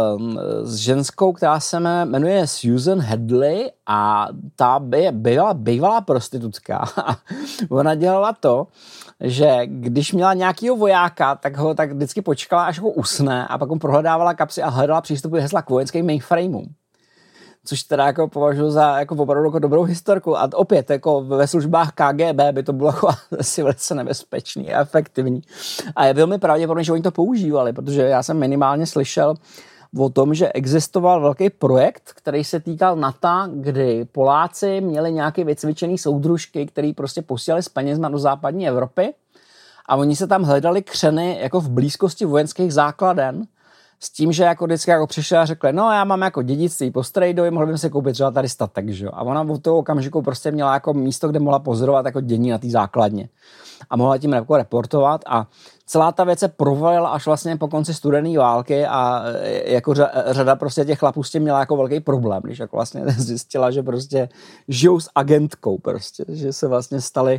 s ženskou, která se jmenuje Susan Hadley a ta byla bývalá prostitutka. Ona dělala to, že když měla nějakýho vojáka, tak ho tak vždycky počkala, až ho usne a pak mu prohledávala kapsy a hledala přístupy hesla k vojenským mainframeům. Což teda jako považuji za jako opravdu jako dobrou historku. A opět jako ve službách KGB by to bylo jako asi velice nebezpečný a efektivní. A je velmi pravděpodobné, že oni to používali, protože já jsem minimálně slyšel o tom, že existoval velký projekt, který se týkal NATO, kdy Poláci měli nějaké vycvičené soudružky, který prostě posílali s penězma do západní Evropy a oni se tam hledali křeny jako v blízkosti vojenských základen, s tím, že jako vždycky jako přišli a řekli, no já mám jako dědictví po strejdovi, mohli bym si koupit třeba tady statek, že jo. A ona v toho okamžiku prostě měla jako místo, kde mohla pozorovat jako dění na té základně. A mohla tím jako reportovat a celá ta věc se provalila až vlastně po konci studené války a jako řada prostě těch chlapů s tím měla jako velký problém, když jako vlastně zjistila, že prostě žijou s agentkou prostě, že se vlastně stali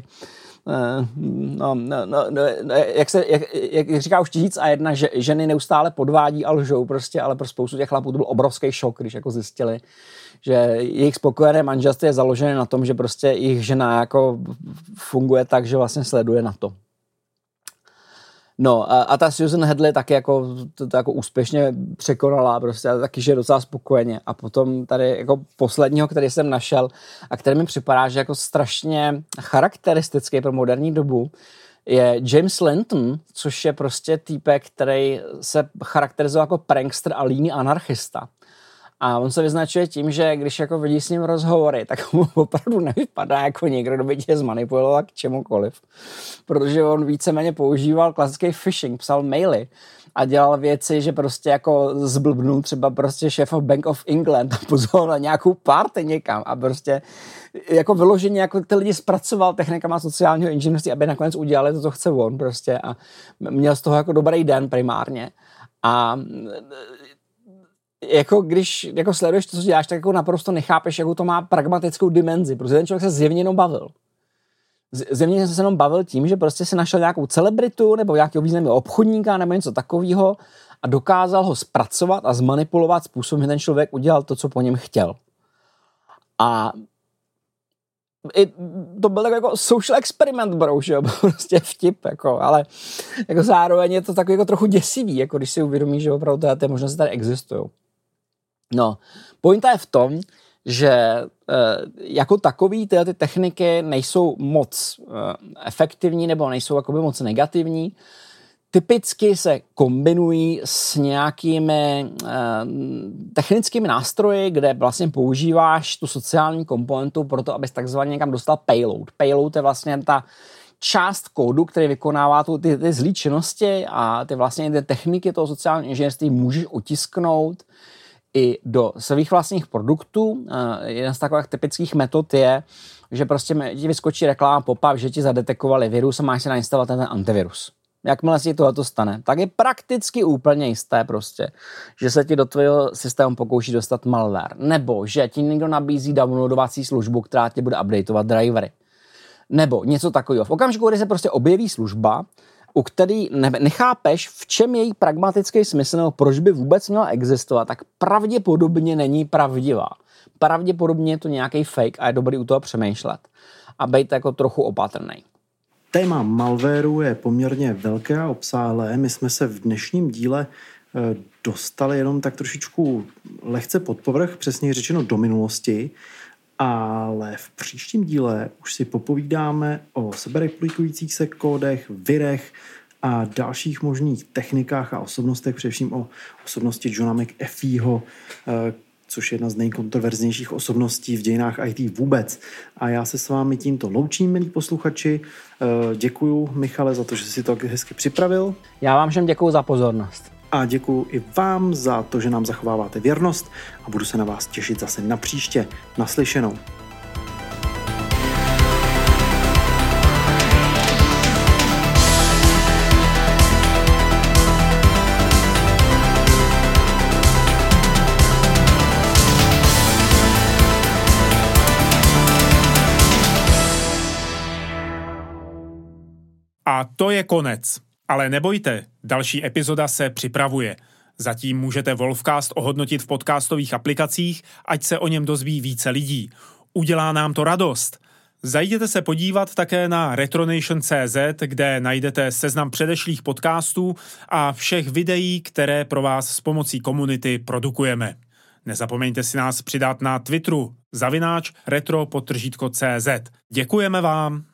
jak říká už 1001, že ženy neustále podvádí a lžou prostě, ale pro spoustu těch chlapů to byl obrovský šok, když jako zjistili, že jejich spokojené manželství je založené na tom, že prostě jejich žena jako funguje tak, že vlastně sleduje na to. No a ta Susan Hadley taky jako, to jako úspěšně překonala prostě a taky, že je docela spokojeně. A potom tady jako posledního, který jsem našel a který mi připadá, že jako strašně charakteristický pro moderní dobu, je James Linton, což je prostě týpek, který se charakterizoval jako prankster a líný anarchista. A on se vyznačuje tím, že když jako vidí s ním rozhovory, tak mu opravdu nevypadá jako někdo, kdo by tě zmanipuloval k čemukoliv. Protože on víceméně používal klasický phishing, psal maily a dělal věci, že prostě jako zblbnul třeba prostě šéf of Bank of England a pozval na nějakou party někam a prostě jako vyloženě jako ty lidi zpracoval technikama sociálního inženýrství, aby nakonec udělali to, co chce on prostě a měl z toho jako dobrý den primárně. A jako když jako sleduješ to, co děláš, tak jako naprosto nechápeš, jakou to má pragmatickou dimenzi, protože ten člověk se zjevně jenom bavil. Zjevně se jenom bavil tím, že prostě si našel nějakou celebritu nebo nějakého významného obchodníka nebo něco takového a dokázal ho zpracovat a zmanipulovat způsobem, že ten člověk udělal to, co po něm chtěl. A to byl takový jako social experiment, bro, že jo, prostě vtip, jako, ale jako zároveň je to takový jako trochu děsivý, jako když si uvědomíš, že opravdu ty možnosti tady existují. No, pointa je v tom, že jako takový ty techniky nejsou moc efektivní nebo nejsou jakoby moc negativní. Typicky se kombinují s nějakými technickými nástroji, kde vlastně používáš tu sociální komponentu pro to, abys takzvaně někam dostal payload. Payload je vlastně ta část kódu, který vykonává ty zlý činnosti a ty vlastně ty techniky toho sociálního inženýrství můžeš otisknout i do svých vlastních produktů. Jeden z takových typických metod je, že prostě ti vyskočí reklama pop-up, že ti zadetekovali virus a máš si nainstalovat ten antivirus. Jakmile si tohleto stane, tak je prakticky úplně jisté prostě, že se ti do tvého systému pokouší dostat malware. Nebo že ti někdo nabízí downloadovací službu, která ti bude updateovat drivery. Nebo něco takového. V okamžiku, kdy se prostě objeví služba, u který nechápeš, v čem její pragmatický smysl, nebo proč by vůbec měla existovat, tak pravděpodobně není pravdivá. Pravděpodobně je to nějaký fake a je dobrý u toho přemýšlet. A být jako trochu opatrnej. Téma malwareu je poměrně velké a obsáhlé. My jsme se v dnešním díle dostali jenom tak trošičku lehce pod povrch, přesně řečeno do minulosti, ale v příštím díle už si popovídáme o sebereplikujících se kódech, virech a dalších možných technikách a osobnostech, především o osobnosti Johna McAfeeho, což je jedna z nejkontroverznějších osobností v dějinách IT vůbec. A já se s vámi tímto loučím, milí posluchači. Děkuju, Michale, za to, že jsi to hezky připravil. Já vám všem děkuju za pozornost. A děkuju i vám za to, že nám zachováváte věrnost a budu se na vás těšit zase na příště. Naslyšenou. A to je konec. Ale nebojte, další epizoda se připravuje. Zatím můžete Wolfcast ohodnotit v podcastových aplikacích, ať se o něm dozví více lidí. Udělá nám to radost. Zajděte se podívat také na retronation.cz, kde najdete seznam předešlých podcastů a všech videí, které pro vás s pomocí komunity produkujeme. Nezapomeňte si nás přidat na Twitteru /retro_cz. Děkujeme vám.